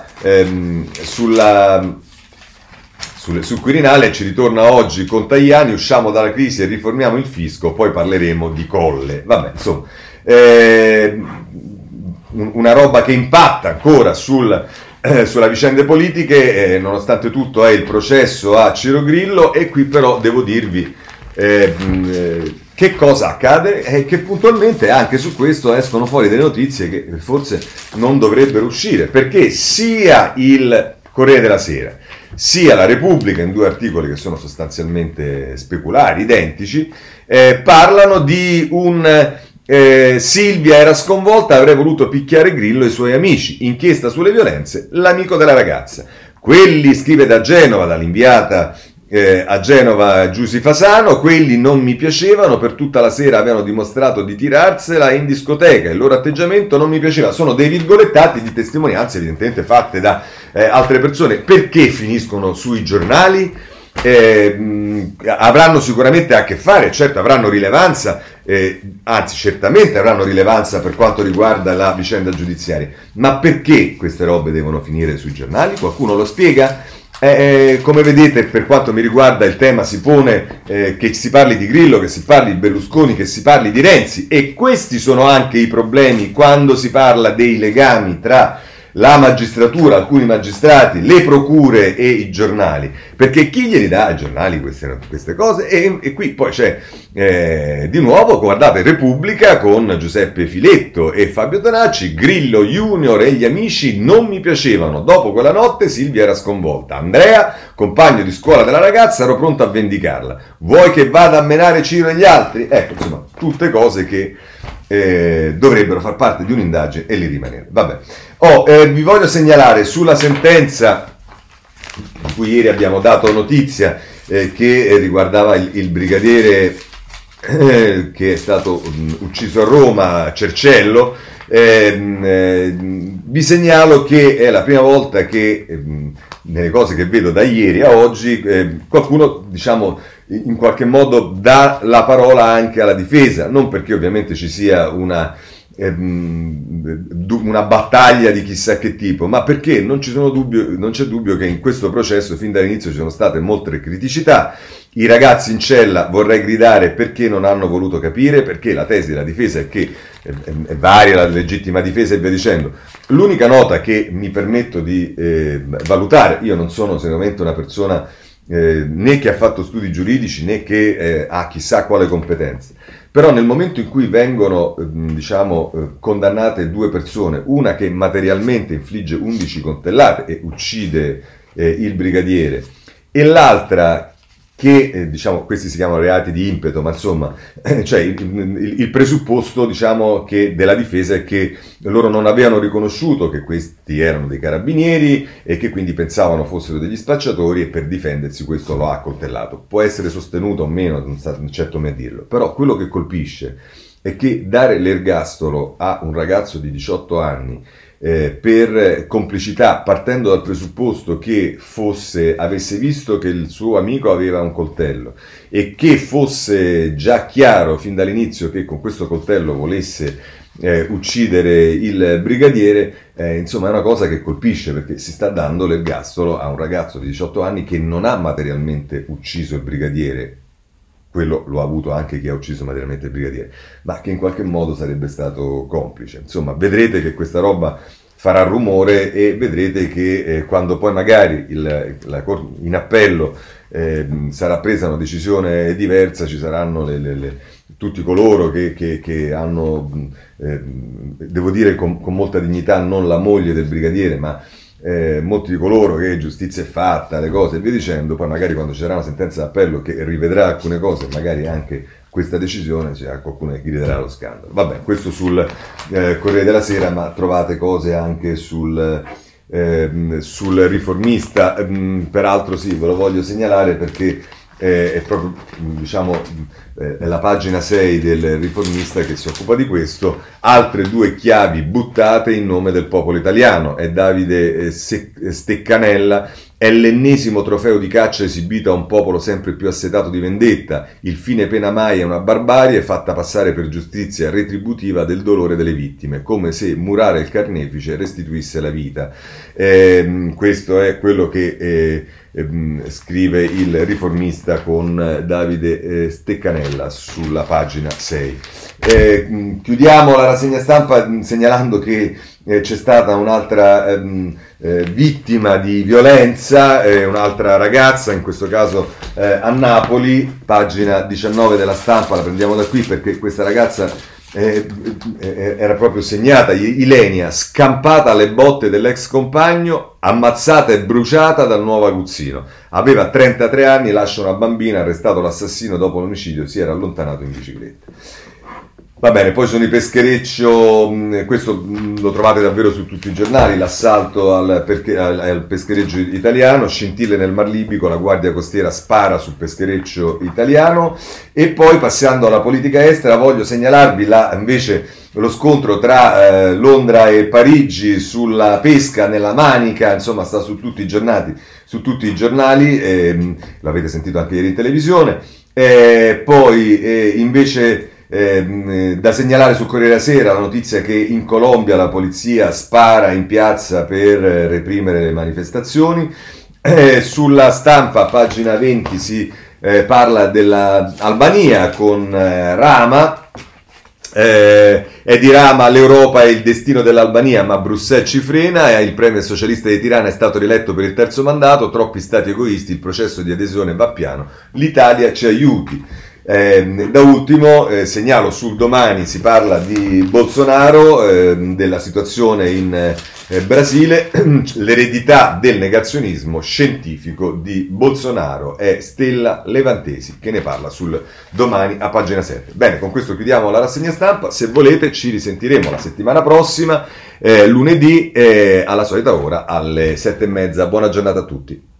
Quirinale ci ritorna oggi con Tajani, usciamo dalla crisi e riformiamo il fisco, poi parleremo di Colle. Vabbè, insomma, una roba che impatta ancora sulla vicende politiche, nonostante tutto è il processo a Ciro Grillo, e qui però devo dirvi che cosa accade? È che puntualmente anche su questo escono fuori delle notizie che forse non dovrebbero uscire, perché sia il Corriere della Sera sia la Repubblica, in due articoli che sono sostanzialmente speculari, identici, parlano di un Silvia era sconvolta, avrei voluto picchiare Grillo e i suoi amici, inchiesta sulle violenze, l'amico della ragazza. Quelli, scrive da Genova, dall'inviata a Genova Giusy Fasano, quelli non mi piacevano, per tutta la sera avevano dimostrato di tirarsela in discoteca, il loro atteggiamento non mi piaceva. Sono dei virgolettati di testimonianze evidentemente fatte da altre persone. Perché finiscono sui giornali? Avranno sicuramente a che fare, certo avranno rilevanza, anzi certamente avranno rilevanza per quanto riguarda la vicenda giudiziaria, ma perché queste robe devono finire sui giornali? Qualcuno lo spiega? Come vedete, per quanto mi riguarda, il tema si pone che si parli di Grillo, che si parli di Berlusconi, che si parli di Renzi, e questi sono anche i problemi quando si parla dei legami tra la magistratura, alcuni magistrati, le procure e i giornali, perché chi glieli dà ai giornali queste cose? E qui poi c'è di nuovo, guardate, Repubblica con Giuseppe Filetto e Fabio Tonacci, Grillo Junior e gli amici non mi piacevano, dopo quella notte Silvia era sconvolta, Andrea, compagno di scuola della ragazza, ero pronto a vendicarla, vuoi che vada a menare Ciro e gli altri? Ecco, insomma, tutte cose che dovrebbero far parte di un'indagine e lì rimanere. Vabbè. Vi voglio segnalare sulla sentenza di cui ieri abbiamo dato notizia, che riguardava il brigadiere che è stato ucciso a Roma, Cerciello. Vi segnalo che è la prima volta che nelle cose che vedo da ieri a oggi qualcuno, diciamo, in qualche modo dà la parola anche alla difesa, non perché ovviamente ci sia una battaglia di chissà che tipo, ma perché non c'è dubbio che in questo processo fin dall'inizio ci sono state molte criticità. I ragazzi in cella, vorrei gridare, perché non hanno voluto capire, perché la tesi della difesa è che è varia, la legittima difesa e via dicendo. L'unica nota che mi permetto di valutare, io non sono sicuramente una persona né che ha fatto studi giuridici né che ha chissà quale competenze, però nel momento in cui vengono condannate due persone, una che materialmente infligge 11 coltellate e uccide il brigadiere, e l'altra che diciamo questi si chiamano reati di impeto, ma insomma cioè il presupposto diciamo che della difesa è che loro non avevano riconosciuto che questi erano dei carabinieri e che quindi pensavano fossero degli spacciatori, e per difendersi questo lo ha accoltellato. Può essere sostenuto o meno, non sta certo me a dirlo, però quello che colpisce è che dare l'ergastolo a un ragazzo di 18 anni per complicità, partendo dal presupposto che avesse visto che il suo amico aveva un coltello e che fosse già chiaro fin dall'inizio che con questo coltello volesse uccidere il brigadiere, insomma è una cosa che colpisce, perché si sta dando l'ergastolo a un ragazzo di 18 anni che non ha materialmente ucciso il brigadiere. Quello lo ha avuto anche chi ha ucciso materialmente il brigadiere, ma che in qualche modo sarebbe stato complice. Insomma, vedrete che questa roba farà rumore e vedrete che quando poi magari in appello sarà presa una decisione diversa, ci saranno tutti coloro che hanno, devo dire con molta dignità, non la moglie del brigadiere, ma molti di coloro che giustizia è fatta, le cose e via dicendo, poi magari quando ci sarà una sentenza d'appello che rivedrà alcune cose, magari anche questa decisione, c'è qualcuno che griderà lo scandalo. Vabbè, questo sul Corriere della Sera, ma trovate cose anche sul Riformista. Peraltro sì, ve lo voglio segnalare perché è proprio è la pagina 6 del Riformista che si occupa di questo. Altre 2 chiavi buttate in nome del popolo italiano. È Davide Steccanella. È l'ennesimo trofeo di caccia esibito a un popolo sempre più assetato di vendetta. Il fine pena mai è una barbarie fatta passare per giustizia retributiva del dolore delle vittime, come se murare il carnefice restituisse la vita. Questo è quello che scrive il Riformista con Davide Steccanella sulla pagina 6. Chiudiamo la rassegna stampa segnalando che c'è stata un'altra vittima di violenza, un'altra ragazza, in questo caso a Napoli, pagina 19 della Stampa, la prendiamo da qui perché questa ragazza era proprio segnata, Ilenia, scampata alle botte dell'ex compagno, ammazzata e bruciata dal nuovo aguzzino. Aveva 33 anni, lascia una bambina, arrestato l'assassino dopo l'omicidio, si era allontanato in bicicletta. Va bene, poi sono i peschereccio, questo lo trovate davvero su tutti i giornali, l'assalto al peschereccio italiano, scintille nel Mar Libico, la Guardia Costiera spara sul peschereccio italiano. E poi passando alla politica estera voglio segnalarvi invece lo scontro tra Londra e Parigi sulla pesca nella Manica, insomma sta su tutti i giornali, l'avete sentito anche ieri in televisione. Poi invece da segnalare sul Corriere della Sera la notizia che in Colombia la polizia spara in piazza per reprimere le manifestazioni. Sulla Stampa, pagina 20, si parla dell'Albania con Rama. È di Rama: l'Europa è il destino dell'Albania, ma Bruxelles ci frena. Il premier socialista di Tirana è stato rieletto per il 3º mandato. Troppi stati egoisti, il processo di adesione va piano, l'Italia ci aiuti. Da ultimo segnalo sul Domani, si parla di Bolsonaro, della situazione in Brasile. L'eredità del negazionismo scientifico di Bolsonaro, è Stella Levantesi che ne parla sul Domani a pagina 7. Bene, con questo chiudiamo la rassegna stampa. Se volete ci risentiremo la settimana prossima, lunedì, alla solita ora alle 7:30. Buona giornata a tutti.